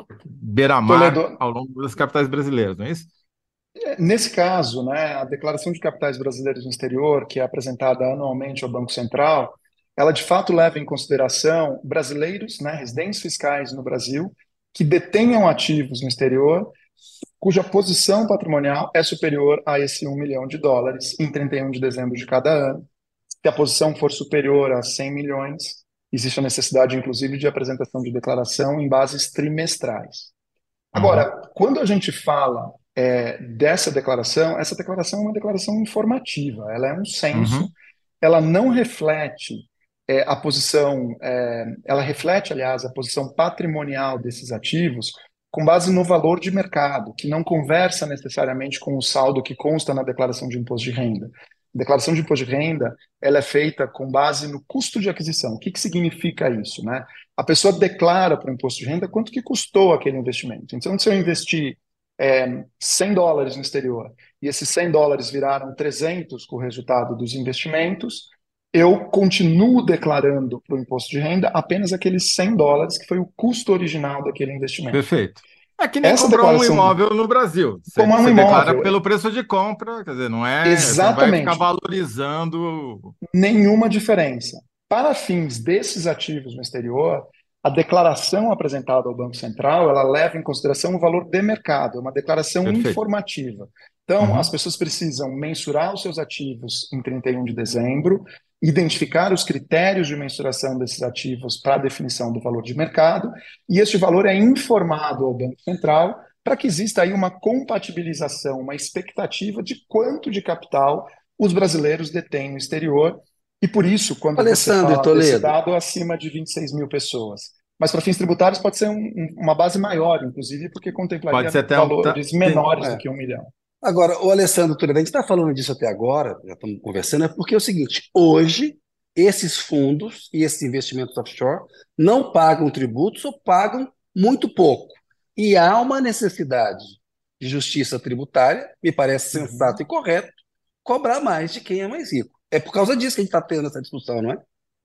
beira-mar Toledo, ao longo das capitais brasileiras, não é isso? nesse caso, né, a Declaração de Capitais Brasileiros no Exterior, que é apresentada anualmente ao Banco Central, ela de fato leva em consideração brasileiros, né, residentes fiscais no Brasil, que detenham ativos no exterior, cuja posição patrimonial é superior a esse um milhão de dólares em trinta e um de dezembro de cada ano. Se a posição for superior a cem milhões, existe a necessidade, inclusive, de apresentação de declaração em bases trimestrais. Agora, Uhum, quando a gente fala é, dessa declaração, essa declaração é uma declaração informativa, ela é um censo, uhum, ela não reflete é, a posição, é, ela reflete, aliás, a posição patrimonial desses ativos com base no valor de mercado, que não conversa necessariamente com o saldo que consta na declaração de imposto de renda. A declaração de imposto de renda, ela é feita com base no custo de aquisição. O que que significa isso, né? A pessoa declara para o imposto de renda quanto que custou aquele investimento. Então, se eu investir é, cem dólares no exterior e esses cem dólares viraram trezentos com o resultado dos investimentos, eu continuo declarando para o imposto de renda apenas aqueles cem dólares que foi o custo original daquele investimento. perfeito. É que nem Essa comprar um declaração, imóvel no Brasil. Você, como é um você declara imóvel, pelo preço de compra, quer dizer, não é, você não vai ficar exatamente, valorizando. nenhuma diferença. Para fins desses ativos no exterior, a declaração apresentada ao Banco Central, ela leva em consideração o valor de mercado, é uma declaração Perfeito. informativa. Então, as Uhum, pessoas precisam mensurar os seus ativos em trinta e um de dezembro, identificar os critérios de mensuração desses ativos para a definição do valor de mercado, e este valor é informado ao Banco Central para que exista aí uma compatibilização, uma expectativa de quanto de capital os brasileiros detêm no exterior, e por isso, quando você Alessandro e fala desse Toledo, dado, acima de vinte e seis mil pessoas. Mas para fins tributários pode ser um- um- uma base maior, inclusive, porque pode contemplaria ser até um. Tá, valores tem, menores do é. que um milhão. Agora, o Alessandro Toledo, a gente está falando disso até agora, já estamos conversando, é porque é o seguinte: hoje, esses fundos e esses investimentos offshore não pagam tributos ou pagam muito pouco. E há uma necessidade de justiça tributária, me parece sensato Uhum. e correto, cobrar mais de quem é mais rico. É por causa disso que a gente está tendo essa discussão, não é?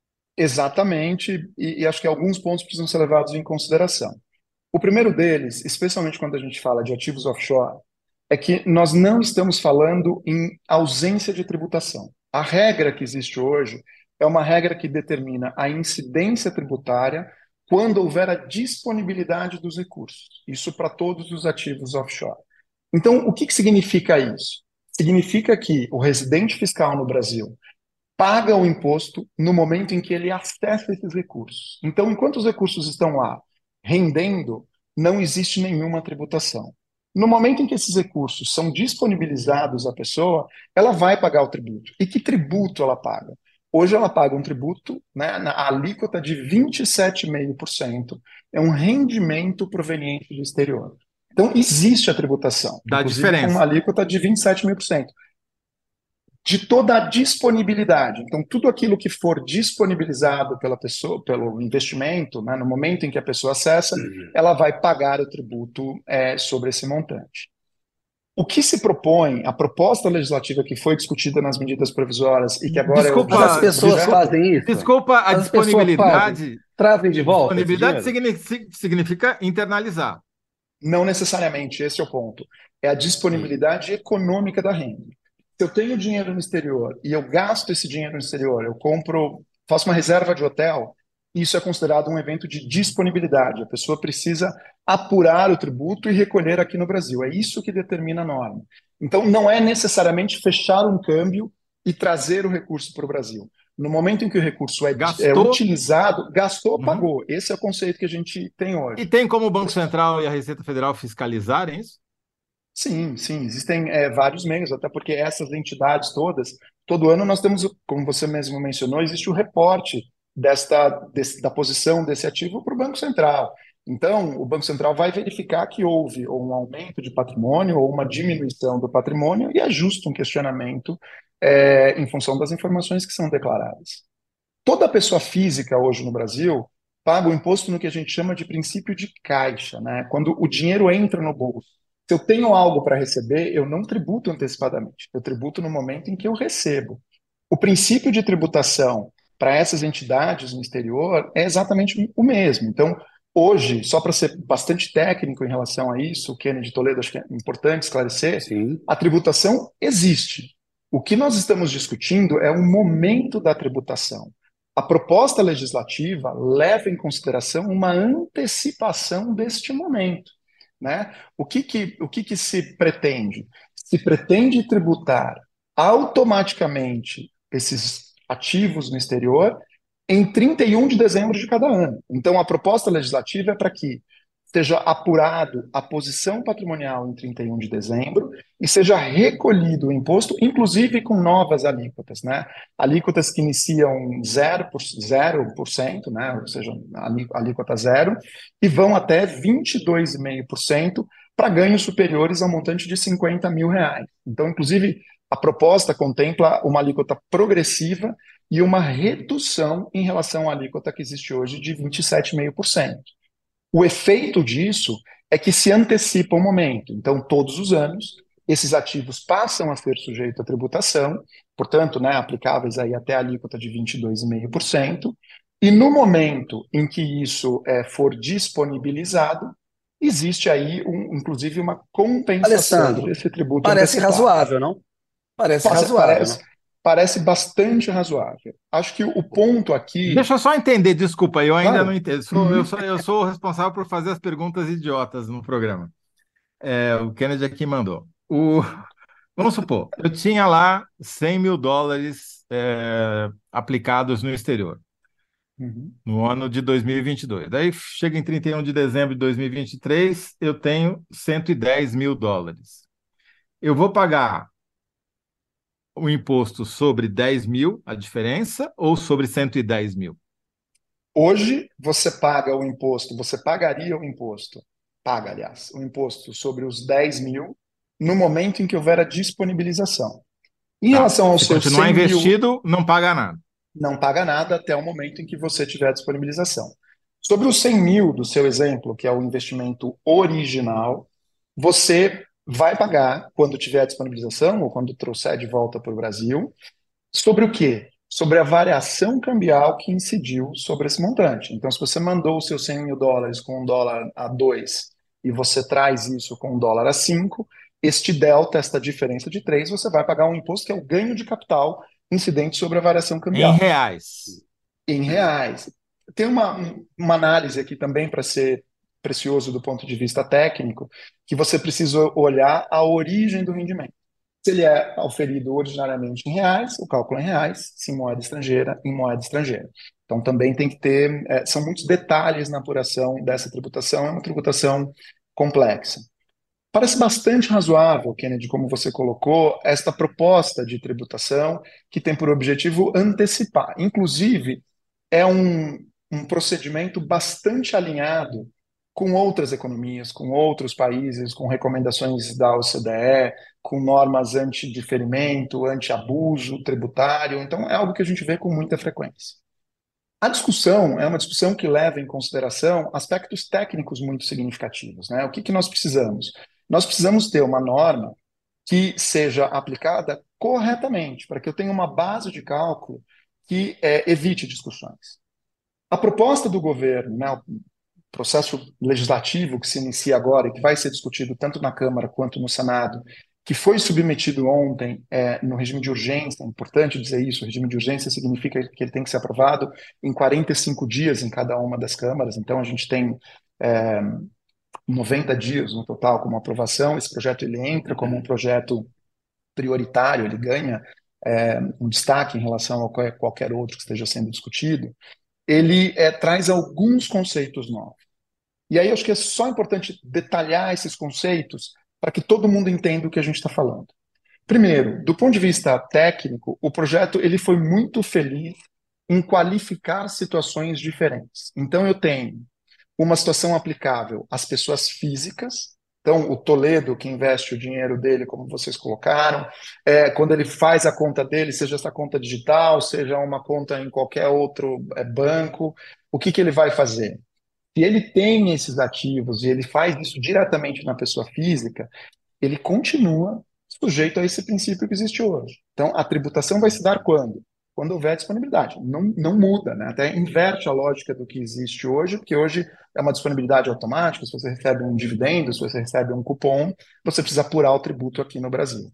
Exatamente, e, e acho que alguns pontos precisam ser levados em consideração. O primeiro deles, especialmente quando a gente fala de ativos offshore, é que nós não estamos falando em ausência de tributação. A regra que existe hoje é uma regra que determina a incidência tributária quando houver a disponibilidade dos recursos. Isso para todos os ativos offshore. Então, o que que significa isso? Significa que o residente fiscal no Brasil paga o imposto no momento em que ele acessa esses recursos. Então, enquanto os recursos estão lá rendendo, não existe nenhuma tributação. No momento em que esses recursos são disponibilizados à pessoa, ela vai pagar o tributo. E que tributo ela paga? Hoje ela paga um tributo, né, na alíquota de vinte e sete vírgula cinco por cento. É um rendimento proveniente do exterior. Então, existe a tributação, Da inclusive com uma diferença. alíquota de vinte e sete vírgula cinco por cento de toda a disponibilidade. Então, tudo aquilo que for disponibilizado pela pessoa, pelo investimento, né, no momento em que a pessoa acessa, ela vai pagar o tributo é, sobre esse montante. O que se propõe, a proposta legislativa que foi discutida nas medidas provisórias e que agora é Mas as Desculpa, objeto do pessoas projeto, desculpa, fazem isso? desculpa a Mas as pessoas fazem? disponibilidade. Trazem de volta esse Disponibilidade dinheiro? signi- si- significa internalizar. não necessariamente, esse é o ponto. É a Hum. disponibilidade econômica da renda. Se eu tenho dinheiro no exterior e eu gasto esse dinheiro no exterior, eu compro, faço uma reserva de hotel, isso é considerado um evento de disponibilidade. A pessoa precisa apurar o tributo e recolher aqui no Brasil. É isso que determina a norma. Então, não é necessariamente fechar um câmbio e trazer o recurso para o Brasil. No momento em que o recurso é, é Gastou. utilizado, gastou, Uhum. pagou. Esse é o conceito que a gente tem E hoje. tem como o Banco Central e a Receita Federal fiscalizarem isso? Sim, sim, existem é, vários meios, até porque essas entidades todas, todo ano nós temos, como você mesmo mencionou, existe o reporte desta, desse- da posição desse ativo para o Banco Central. Então, o Banco Central vai verificar que houve ou um aumento de patrimônio ou uma diminuição do patrimônio e ajusta um questionamento é, em função das informações que são declaradas. Toda pessoa física hoje no Brasil paga o imposto no que a gente chama de princípio de caixa, né? Quando o dinheiro entra no bolso. Se eu tenho algo para receber, eu não tributo antecipadamente. Eu tributo no momento em que eu recebo. O princípio de tributação para essas entidades no exterior é exatamente o mesmo. Então, hoje, só para ser bastante técnico em relação a isso, o Kennedy Toledo, acho que é importante esclarecer, Sim. a tributação existe. O que nós estamos discutindo é o momento da tributação. A proposta legislativa leva em consideração uma antecipação deste momento, né? O que que, o que que se pretende? Se pretende tributar automaticamente esses ativos no exterior em trinta e um de dezembro de cada ano. Então, a proposta legislativa é para que seja apurado a posição patrimonial em trinta e um de dezembro e seja recolhido o imposto, inclusive com novas alíquotas, né? Alíquotas que iniciam zero por cento, zero por cento, né? Ou seja, alíquota zero, e vão até vinte e dois vírgula cinco por cento para ganhos superiores ao montante de cinquenta mil reais. Então, inclusive, a proposta contempla uma alíquota progressiva e uma redução em relação à alíquota que existe hoje de vinte e sete vírgula cinco por cento. O efeito disso é que se antecipa o momento. Então, todos os anos, esses ativos passam a ser sujeitos à tributação, portanto, né, aplicáveis aí até a alíquota de vinte e dois vírgula cinco por cento, e no momento em que isso é, for disponibilizado, existe aí, um, inclusive, uma compensação Alessandro, desse tributo parece antecipado. razoável, não? Parece Passa- razoável, Parece, não? parece bastante razoável. Acho que o ponto aqui, Deixa eu só entender, desculpa, eu ainda não claro, entendo. Sou- eu, uhum, sou, eu sou o responsável por fazer as perguntas idiotas no programa. É, o Kennedy aqui mandou. O, vamos supor, eu tinha lá cem mil dólares é, aplicados no exterior, uhum. no ano de dois mil e vinte e dois. Daí chega em trinta e um de dezembro de dois mil e vinte e três, eu tenho cento e dez mil dólares. Eu vou pagar o imposto sobre dez mil, a diferença, ou sobre cento e dez mil? Hoje você paga o imposto, você pagaria o imposto, paga, aliás, o imposto sobre os dez mil no momento em que houver a disponibilização. Em Tá. relação aos Se seus continuar cem mil, investido, não paga nada. não paga nada até o momento em que você tiver a disponibilização. Sobre os cem mil do seu exemplo, que é o investimento original, você vai pagar quando tiver a disponibilização ou quando trouxer de volta para o Brasil. Sobre o quê? Sobre a variação cambial que incidiu sobre esse montante. Então, se você mandou os seus cem mil dólares com um dólar a dois e você traz isso com um dólar a cinco, este delta, esta diferença de três, você vai pagar um imposto que é o ganho de capital incidente sobre a variação Em cambial, reais. em reais. Tem uma, uma análise aqui também para ser precioso do ponto de vista técnico, que você precisa olhar a origem do rendimento. Se ele é auferido originariamente em reais, o cálculo é em reais, se em moeda estrangeira, em moeda estrangeira. Então também tem que ter, é, são muitos detalhes na apuração dessa tributação, é uma tributação complexa. Parece bastante razoável, Kennedy, como você colocou, esta proposta de tributação que tem por objetivo antecipar. Inclusive, é um, um procedimento bastante alinhado com outras economias, com outros países, com recomendações da O C D E, com normas anti-diferimento, anti-abuso tributário. Então, é algo que a gente vê com muita frequência. A discussão é uma discussão que leva em consideração aspectos técnicos muito significativos, né? O que que nós precisamos? Nós precisamos ter uma norma que seja aplicada corretamente, para que eu tenha uma base de cálculo que é, evite discussões. A proposta do governo, né, o processo legislativo que se inicia agora e que vai ser discutido tanto na Câmara quanto no Senado, que foi submetido ontem é, no regime de urgência, é importante dizer isso, o regime de urgência significa que ele tem que ser aprovado em quarenta e cinco dias em cada uma das câmaras, então a gente tem é, noventa dias no total como aprovação, esse projeto ele entra como um projeto prioritário, ele ganha é, um destaque em relação a qualquer, qualquer outro que esteja sendo discutido, ele é, traz alguns conceitos novos. E aí eu acho que é só importante detalhar esses conceitos para que todo mundo entenda o que a gente está falando. Primeiro, do ponto de vista técnico, o projeto ele foi muito feliz em qualificar situações diferentes. Então eu tenho uma situação aplicável às pessoas físicas. Então, o Toledo, que investe o dinheiro dele, como vocês colocaram, é, quando ele faz a conta dele, seja essa conta digital, seja uma conta em qualquer outro é, banco, o que, que ele vai fazer? Se ele tem esses ativos e ele faz isso diretamente na pessoa física, ele continua sujeito a esse princípio que existe hoje. Então, a tributação vai se dar quando? Quando houver disponibilidade. Não, não muda, né? Até inverte a lógica do que existe hoje, porque hoje é uma disponibilidade automática, se você recebe um dividendo, se você recebe um cupom, você precisa apurar o tributo aqui no Brasil.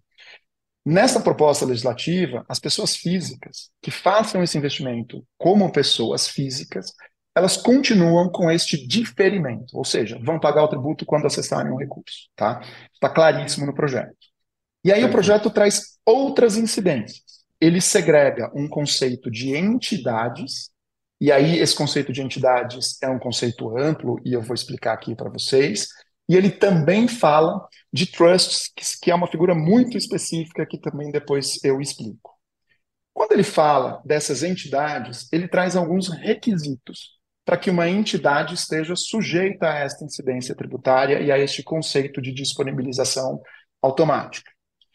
Nessa proposta legislativa, as pessoas físicas que façam esse investimento como pessoas físicas, elas continuam com este diferimento, ou seja, vão pagar o tributo quando acessarem o recurso, tá? Está claríssimo no projeto. E aí o projeto traz outras incidências. Ele segrega um conceito de entidades, e aí esse conceito de entidades é um conceito amplo, e eu vou explicar aqui para vocês, e ele também fala de trusts, que é uma figura muito específica que também depois eu explico. Quando ele fala dessas entidades, ele traz alguns requisitos para que uma entidade esteja sujeita a esta incidência tributária e a este conceito de disponibilização automática.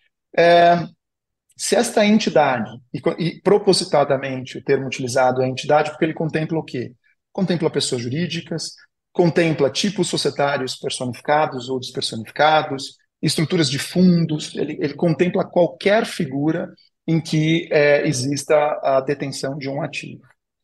É, se esta entidade, e, e propositadamente o termo utilizado é entidade, porque ele contempla o quê? Contempla pessoas jurídicas, contempla tipos societários personificados ou despersonificados, estruturas de fundos, ele, ele contempla qualquer figura em que é, exista a detenção de um ativo.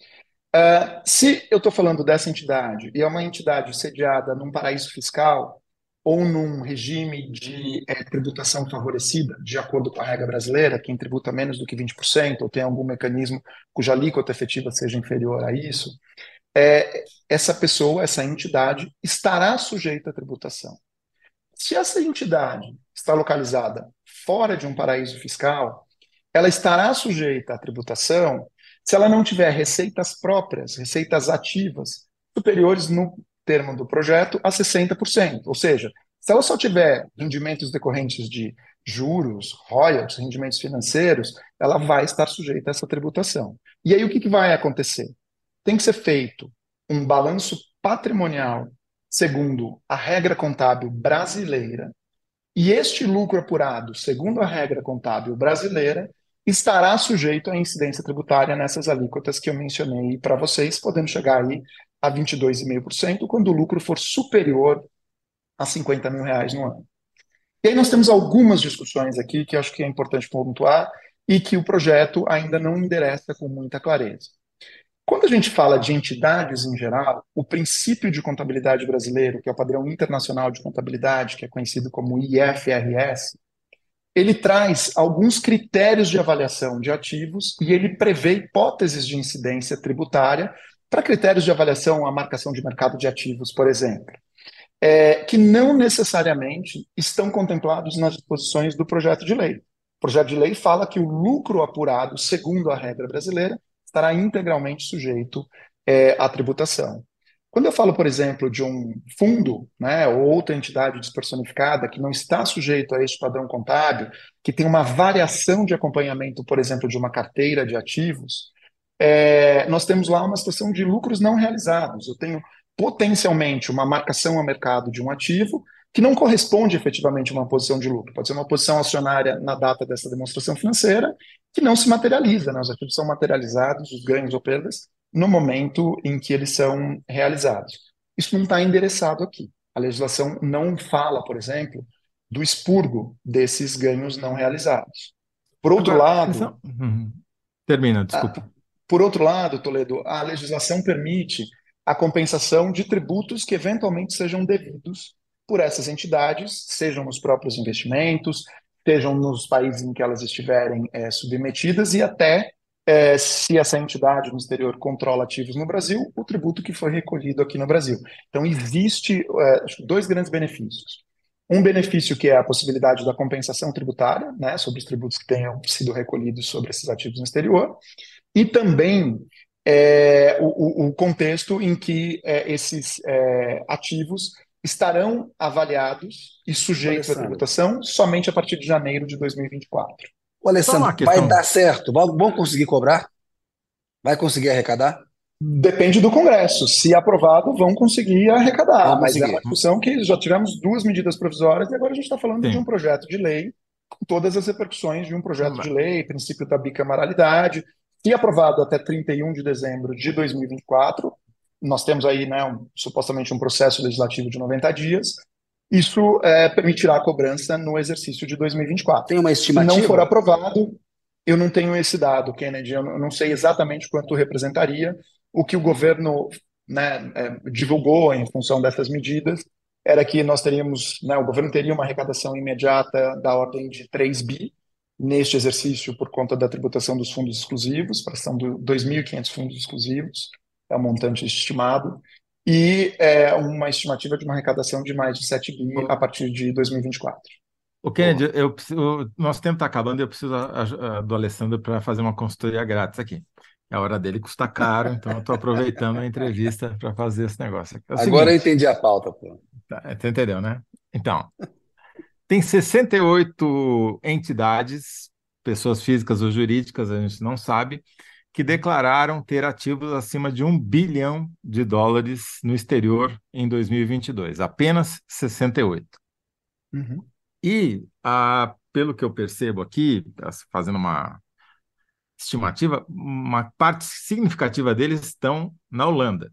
Uh, se eu estou falando dessa entidade e é uma entidade sediada num paraíso fiscal ou num regime de é, tributação favorecida, de acordo com a regra brasileira, quem tributa menos do que vinte por cento ou tem algum mecanismo cuja alíquota efetiva seja inferior a isso, é, essa pessoa, essa entidade, estará sujeita à tributação. Se essa entidade está localizada fora de um paraíso fiscal, ela estará sujeita à tributação se ela não tiver receitas próprias, receitas ativas, superiores no termo do projeto a sessenta por cento. Ou seja, se ela só tiver rendimentos decorrentes de juros, royalties, rendimentos financeiros, ela vai estar sujeita a essa tributação. E aí o que, que vai acontecer? Tem que ser feito um balanço patrimonial segundo a regra contábil brasileira, e este lucro apurado, segundo a regra contábil brasileira, estará sujeito à incidência tributária nessas alíquotas que eu mencionei para vocês, podendo chegar aí a vinte e dois vírgula cinco por cento quando o lucro for superior a cinquenta mil reais no ano. E aí nós temos algumas discussões aqui que acho que é importante pontuar e que o projeto ainda não endereça com muita clareza. Quando a gente fala de entidades em geral, o princípio de contabilidade brasileiro, que é o padrão internacional de contabilidade, que é conhecido como I F R S, ele traz alguns critérios de avaliação de ativos e ele prevê hipóteses de incidência tributária para critérios de avaliação, a marcação de mercado de ativos, por exemplo, é, que não necessariamente estão contemplados nas disposições do projeto de lei. O projeto de lei fala que o lucro apurado, segundo a regra brasileira, estará integralmente sujeito é, à tributação. Quando eu falo, por exemplo, de um fundo, né, ou outra entidade despersonificada que não está sujeito a este padrão contábil, que tem uma variação de acompanhamento, por exemplo, de uma carteira de ativos, é, nós temos lá uma situação de lucros não realizados. Eu tenho potencialmente uma marcação a mercado de um ativo que não corresponde efetivamente a uma posição de lucro. Pode ser uma posição acionária na data dessa demonstração financeira que não se materializa, né? Os ativos são materializados, os ganhos ou perdas, no momento em que eles são realizados. Isso não está endereçado aqui. A legislação não fala, por exemplo, do expurgo desses ganhos não realizados. Por outro Agora, lado, atenção. Uhum. Termina, a- desculpa. por outro lado, Toledo, a legislação permite a compensação de tributos que eventualmente sejam devidos por essas entidades, sejam nos próprios investimentos, sejam nos países em que elas estiverem eh, submetidas e até eh, se essa entidade no exterior controla ativos no Brasil, o tributo que foi recolhido aqui no Brasil. Então, existe eh, acho que dois grandes benefícios. Um benefício que é a possibilidade da compensação tributária, né, sobre os tributos que tenham sido recolhidos sobre esses ativos no exterior, e também é, o, o- contexto em que é, esses é, ativos estarão avaliados e Ô, sujeitos à Alessandro, tributação somente a partir de janeiro de dois mil e vinte e quatro. ô, Só uma Alessandro, vai questão. dar certo? Vão, vão conseguir cobrar? Vai conseguir arrecadar? Depende do Congresso. Se aprovado, vão conseguir arrecadar, Vão mas é uma conseguir. discussão que já tivemos duas medidas provisórias e agora a gente está falando de um Sim. projeto de lei com todas as repercussões de um projeto de lei, princípio da bicameralidade. Se aprovado até trinta e um de dezembro de dois mil e vinte e quatro, nós temos aí, né, um- supostamente um processo legislativo de noventa dias. Isso é, permitirá a cobrança no exercício de dois mil e vinte e quatro. Tem uma Se não for estimativa? aprovado, eu não tenho esse dado, Kennedy. Eu não eu não sei exatamente quanto representaria. O que o governo, né, é, divulgou em função dessas medidas era que nós teríamos, né, o governo teria uma arrecadação imediata da ordem de três bi neste exercício por conta da tributação dos fundos exclusivos, fração de dois mil e quinhentos fundos exclusivos, é o montante estimado, e é, uma estimativa de uma arrecadação de mais de sete bi a partir de dois mil e vinte e quatro. O Boa. Kennedy, eu preciso, o nosso tempo está acabando e eu preciso a- a- do Alessandro para fazer uma consultoria grátis aqui. A hora dele custa caro, então eu estou aproveitando a entrevista para fazer esse negócio aqui. É o Agora eu seguinte, entendi a pauta, pô. tá, você entendeu, né? Então, tem sessenta e oito entidades, pessoas físicas ou jurídicas, a gente não sabe, que declararam ter ativos acima de um bilhão de dólares no exterior em dois mil e vinte e dois. Apenas sessenta e oito. Uhum. E, ah, pelo que eu percebo aqui, fazendo uma estimativa, uma parte significativa deles estão na Holanda.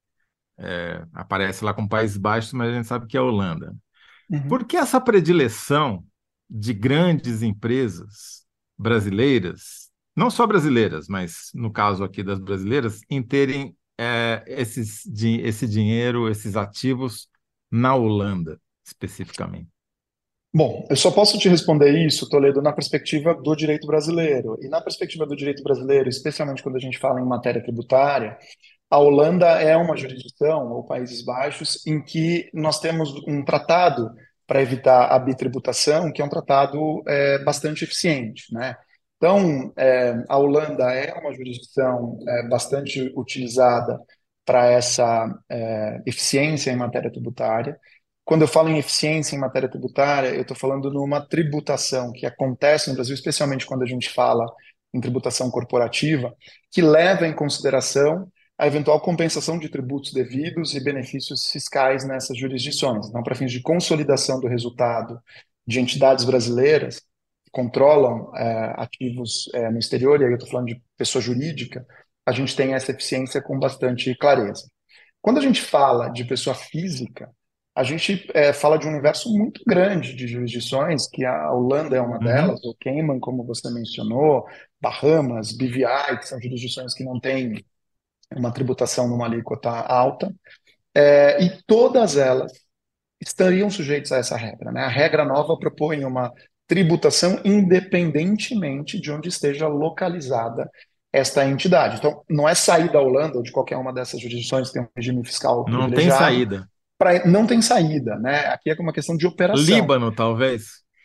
É, aparece lá como Países Baixos, mas a gente sabe que é a Holanda. Por Uhum. que essa predileção de grandes empresas brasileiras, não só brasileiras, mas no caso aqui das brasileiras, em terem é, esses, di- esse dinheiro, esses ativos na Holanda, especificamente? Bom, eu só posso te responder isso, Toledo, na perspectiva do direito brasileiro. E na perspectiva do direito brasileiro, especialmente quando a gente fala em matéria tributária, a Holanda é uma jurisdição, ou Países Baixos, em que nós temos um tratado para evitar a bitributação, que é um tratado é, bastante eficiente, né? Então, é, a Holanda é uma jurisdição é, bastante utilizada para essa é, eficiência em matéria tributária. Quando eu falo em eficiência em matéria tributária, eu estou falando numa tributação que acontece no Brasil, especialmente quando a gente fala em tributação corporativa, que leva em consideração a eventual compensação de tributos devidos e benefícios fiscais nessas jurisdições. Então, para fins de consolidação do resultado de entidades brasileiras que controlam é, ativos é, no exterior, e aí eu estou falando de pessoa jurídica, a gente tem essa eficiência com bastante clareza. Quando a gente fala de pessoa física, a gente é, fala de um universo muito grande de jurisdições, que a Holanda é uma Uhum. delas, o Cayman, como você mencionou, Bahamas, B V I, que são jurisdições que não têm uma tributação numa alíquota alta, é, e todas elas estariam sujeitas a essa regra, né? A regra nova propõe uma tributação independentemente de onde esteja localizada esta entidade. Então, não é sair da Holanda ou de qualquer uma dessas jurisdições que tem um regime fiscal Não tem privilegiado, saída. pra, não tem saída, né? Aqui é uma questão de operação. Líbano, talvez?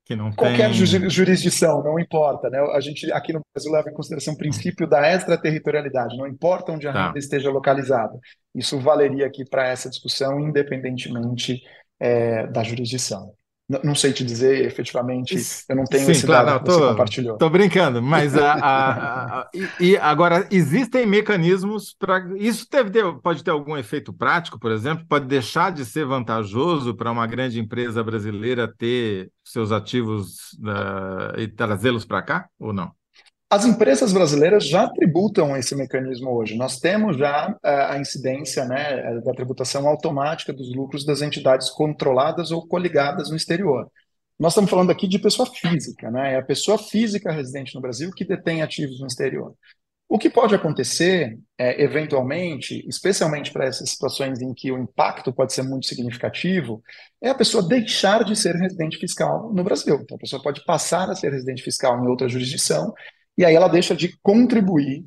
que não Qualquer ju- tem. jurisdição, não importa, né? A gente aqui no Brasil leva em consideração o princípio da extraterritorialidade, não importa onde a renda Tá. esteja localizada. Isso valeria aqui para essa discussão, independentemente, é, da jurisdição. N- não sei te dizer efetivamente, S- eu não tenho Sim, esse claro, dado não, que você tô, compartilhou. tô brincando, mas a, a, a- a- e, e agora existem mecanismos para isso deve ter, pode ter algum efeito prático, por exemplo, pode deixar de ser vantajoso para uma grande empresa brasileira ter seus ativos ah, e trazê-los para cá ou não? As empresas brasileiras já tributam esse mecanismo hoje. Nós temos já eh, a incidência, né, eh, da tributação automática dos lucros das entidades controladas ou coligadas no exterior. Nós estamos falando aqui de pessoa física, né? É a pessoa física residente no Brasil que detém ativos no exterior. O que pode acontecer, é, eventualmente, especialmente para essas situações em que o impacto pode ser muito significativo, é a pessoa deixar de ser residente fiscal no Brasil. Então, a pessoa pode passar a ser residente fiscal em outra jurisdição, e aí ela deixa de contribuir,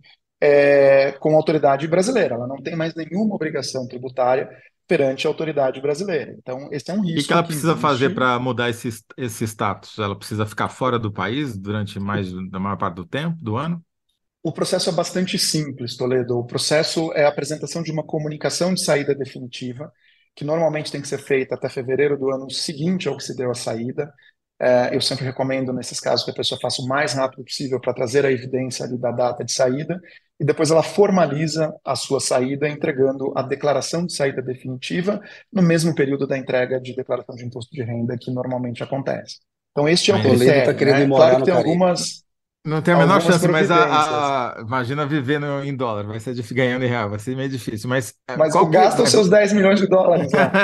é, com a autoridade brasileira. Ela não tem mais nenhuma obrigação tributária perante a autoridade brasileira. Então, esse é um O que que risco ela que precisa fazer existe. para mudar esse, esse status? Ela precisa ficar fora do país durante mais da maior parte do tempo, do ano? O processo é bastante simples, Toledo. O processo é a apresentação de uma comunicação de saída definitiva, que normalmente tem que ser feita até fevereiro do ano seguinte ao que se deu a saída. É, eu sempre recomendo, nesses casos, que a pessoa faça o mais rápido possível para trazer a evidência ali da data de saída, e depois ela formaliza a sua saída, entregando a declaração de saída definitiva no mesmo período da entrega de declaração de imposto de renda que normalmente acontece. Então, este é o Mas Toledo está critério, querendo ir né? Claro morar que no tem Caribe. algumas, não tem a menor algumas chance, mas providências. a, a- imagina viver no- em dólar, vai ser difícil ganhando em real, vai ser meio difícil. Mas é, Mas o qual que. gasto é os Mas... seus dez milhões de dólares lá.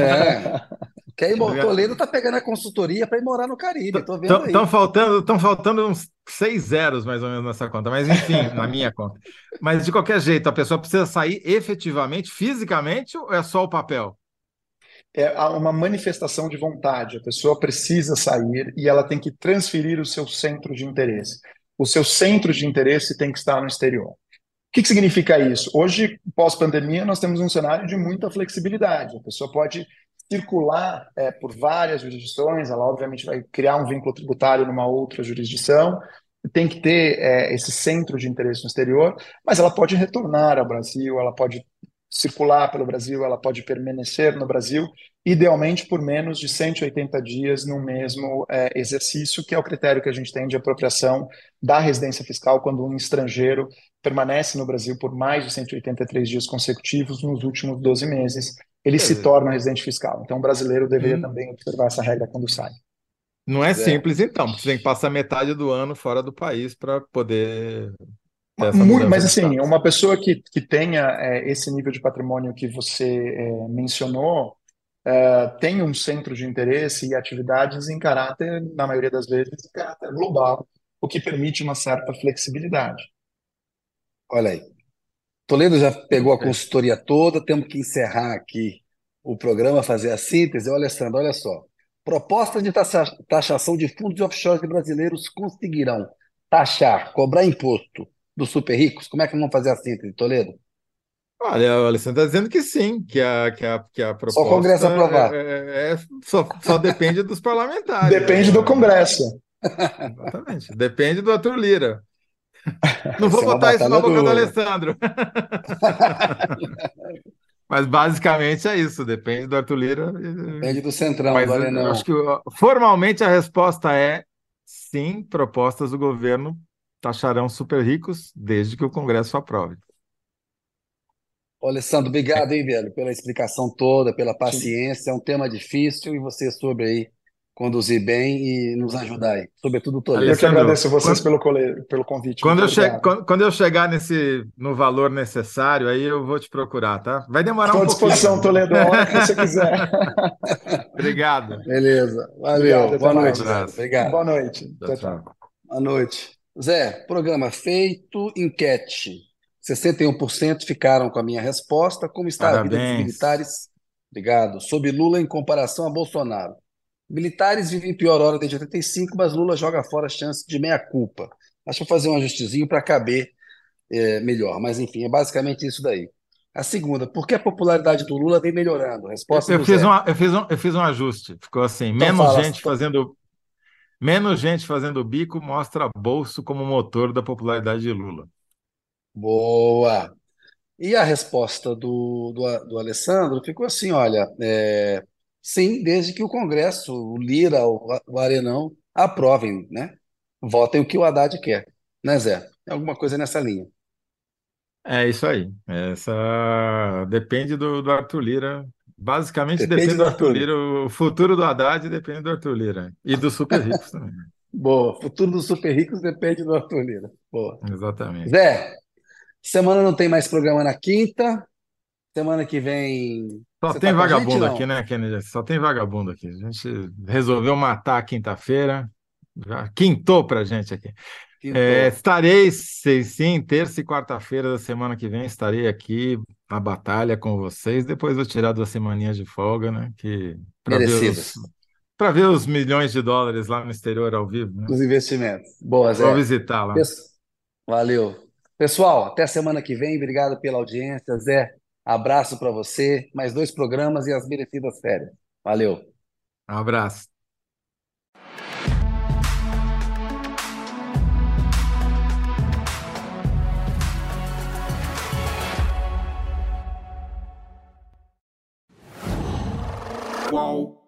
É. Quer ir, mo- Toledo tá pegando a consultoria para ir morar no Caribe, tô vendo Estão aí. faltando, tão faltando uns seis zeros mais ou menos nessa conta, mas enfim, na minha conta. Mas de qualquer jeito, a pessoa precisa sair efetivamente, fisicamente, ou é só o papel? É uma manifestação de vontade. A pessoa precisa sair e ela tem que transferir o seu centro de interesse. O seu centro de interesse tem que estar no exterior. O que que significa isso? Hoje, pós-pandemia, nós temos um cenário de muita flexibilidade. A pessoa pode circular, é, por várias jurisdições, ela obviamente vai criar um vínculo tributário numa outra jurisdição, tem que ter, é, esse centro de interesse no exterior, mas ela pode retornar ao Brasil, ela pode circular pelo Brasil, ela pode permanecer no Brasil, idealmente por menos de cento e oitenta dias no mesmo, é, exercício, que é o critério que a gente tem de apropriação da residência fiscal quando um estrangeiro permanece no Brasil por mais de cento e oitenta e três dias consecutivos nos últimos doze meses, ele Quer se dizer, torna residente fiscal. Então, o brasileiro deveria hum, também observar essa regra quando sai. não é Zé, simples, então, porque você tem que passar metade do ano fora do país para poder ter Ma- essa mui- mudança Mas, de assim, status. uma pessoa que, que tenha, é, esse nível de patrimônio que você, é, mencionou, é, tem um centro de interesse e atividades em caráter, na maioria das vezes, em caráter global, o que permite uma certa flexibilidade. olha aí. Toledo já pegou a Perfeito. consultoria toda, temos que encerrar aqui o programa, fazer a síntese. Olha, Alessandro, olha só. Proposta de taxa- taxação de fundos offshore que brasileiros conseguirão taxar, cobrar imposto dos super ricos. Como é que vamos fazer a síntese, Toledo? Olha, o Alessandro está dizendo que sim, que a, que a, que a Só o proposta Congresso aprovar. é, é- é- só, só depende dos parlamentares Depende do agora. Congresso. Exatamente. Depende do Arthur Lira. Não Vai vou ser uma botar isso na batalha boca do dura. Alessandro. Mas basicamente é isso, depende do Arthur Lira. Depende do centrão, do Mas eu acho Alenão. que formalmente a resposta é sim, propostas do governo taxarão super ricos desde que o Congresso aprove. Ô, Alessandro, obrigado, hein, velho, pela explicação toda, pela Sim. paciência. É um tema difícil e você soube aí conduzir bem e nos ajudar aí. Sobretudo o Eu Toledo. que Alessandro, agradeço vocês quando, pelo, cole- pelo convite. quando Muito eu, che obrigado. quando, quando eu chegar nesse, no valor necessário, aí eu vou te procurar, tá? Vai demorar Estou um à pouquinho, disposição, mas. Toledo, a hora que você quiser. Obrigado. Beleza, Obrigado, valeu. até Boa Um noite, mais. velho. abraço. Obrigado. Boa noite. Tchau, Tchau, tchau. tchau. Boa noite. Zé, programa feito, enquete. sessenta e um por cento ficaram com a minha resposta. Como está a vida dos Parabéns. militares? Obrigado. Sob Lula em comparação a Bolsonaro. Militares vivem pior hora desde oitenta e cinco, mas Lula joga fora a chance de meia-culpa. Acho que vou fazer um ajustezinho para caber, é, melhor. Mas, enfim, é basicamente isso daí. A segunda, por que a popularidade do Lula vem melhorando? Eu, Resposta eu do fiz Zé. uma, eu fiz um, eu fiz um ajuste. Ficou assim, Então menos fala, gente fazendo Menos gente fazendo bico mostra bolso como motor da popularidade de Lula. Boa! E a resposta do, do, do Alessandro ficou assim: olha, é, sim, desde que o Congresso, o Lira, o, o Arenão, aprovem, né? Votem o que o Haddad quer, né, Zé? É alguma coisa nessa linha. É isso aí. Essa depende do, do Arthur Lira. Basicamente Depende depende do do Arthur Arthur. Lira. O futuro do Haddad depende do Arthur Lira. E dos super ricos também. Boa. Futuro dos super ricos depende do Arthur Lira. Boa. Exatamente. Zé, semana não tem mais programa na quinta. Semana que vem. Só Você tem tá com a gente, vagabundo aqui, não? né, Kennedy? Só tem vagabundo aqui. A gente resolveu matar a quinta-feira. Já quintou pra gente aqui. É, Quintou. estarei, sei sim, terça e quarta-feira da semana que vem, estarei aqui na batalha com vocês. Depois vou tirar duas semaninhas de folga, né? Que para ver os Merecidas. para ver os milhões de dólares lá no exterior ao vivo, né? Os investimentos. Boa, Vou Zé. visitar lá. Pes- Valeu. Pessoal, até semana que vem. Obrigado pela audiência. Zé, abraço para você. Mais dois programas e as merecidas férias. Valeu. Um abraço. Qual?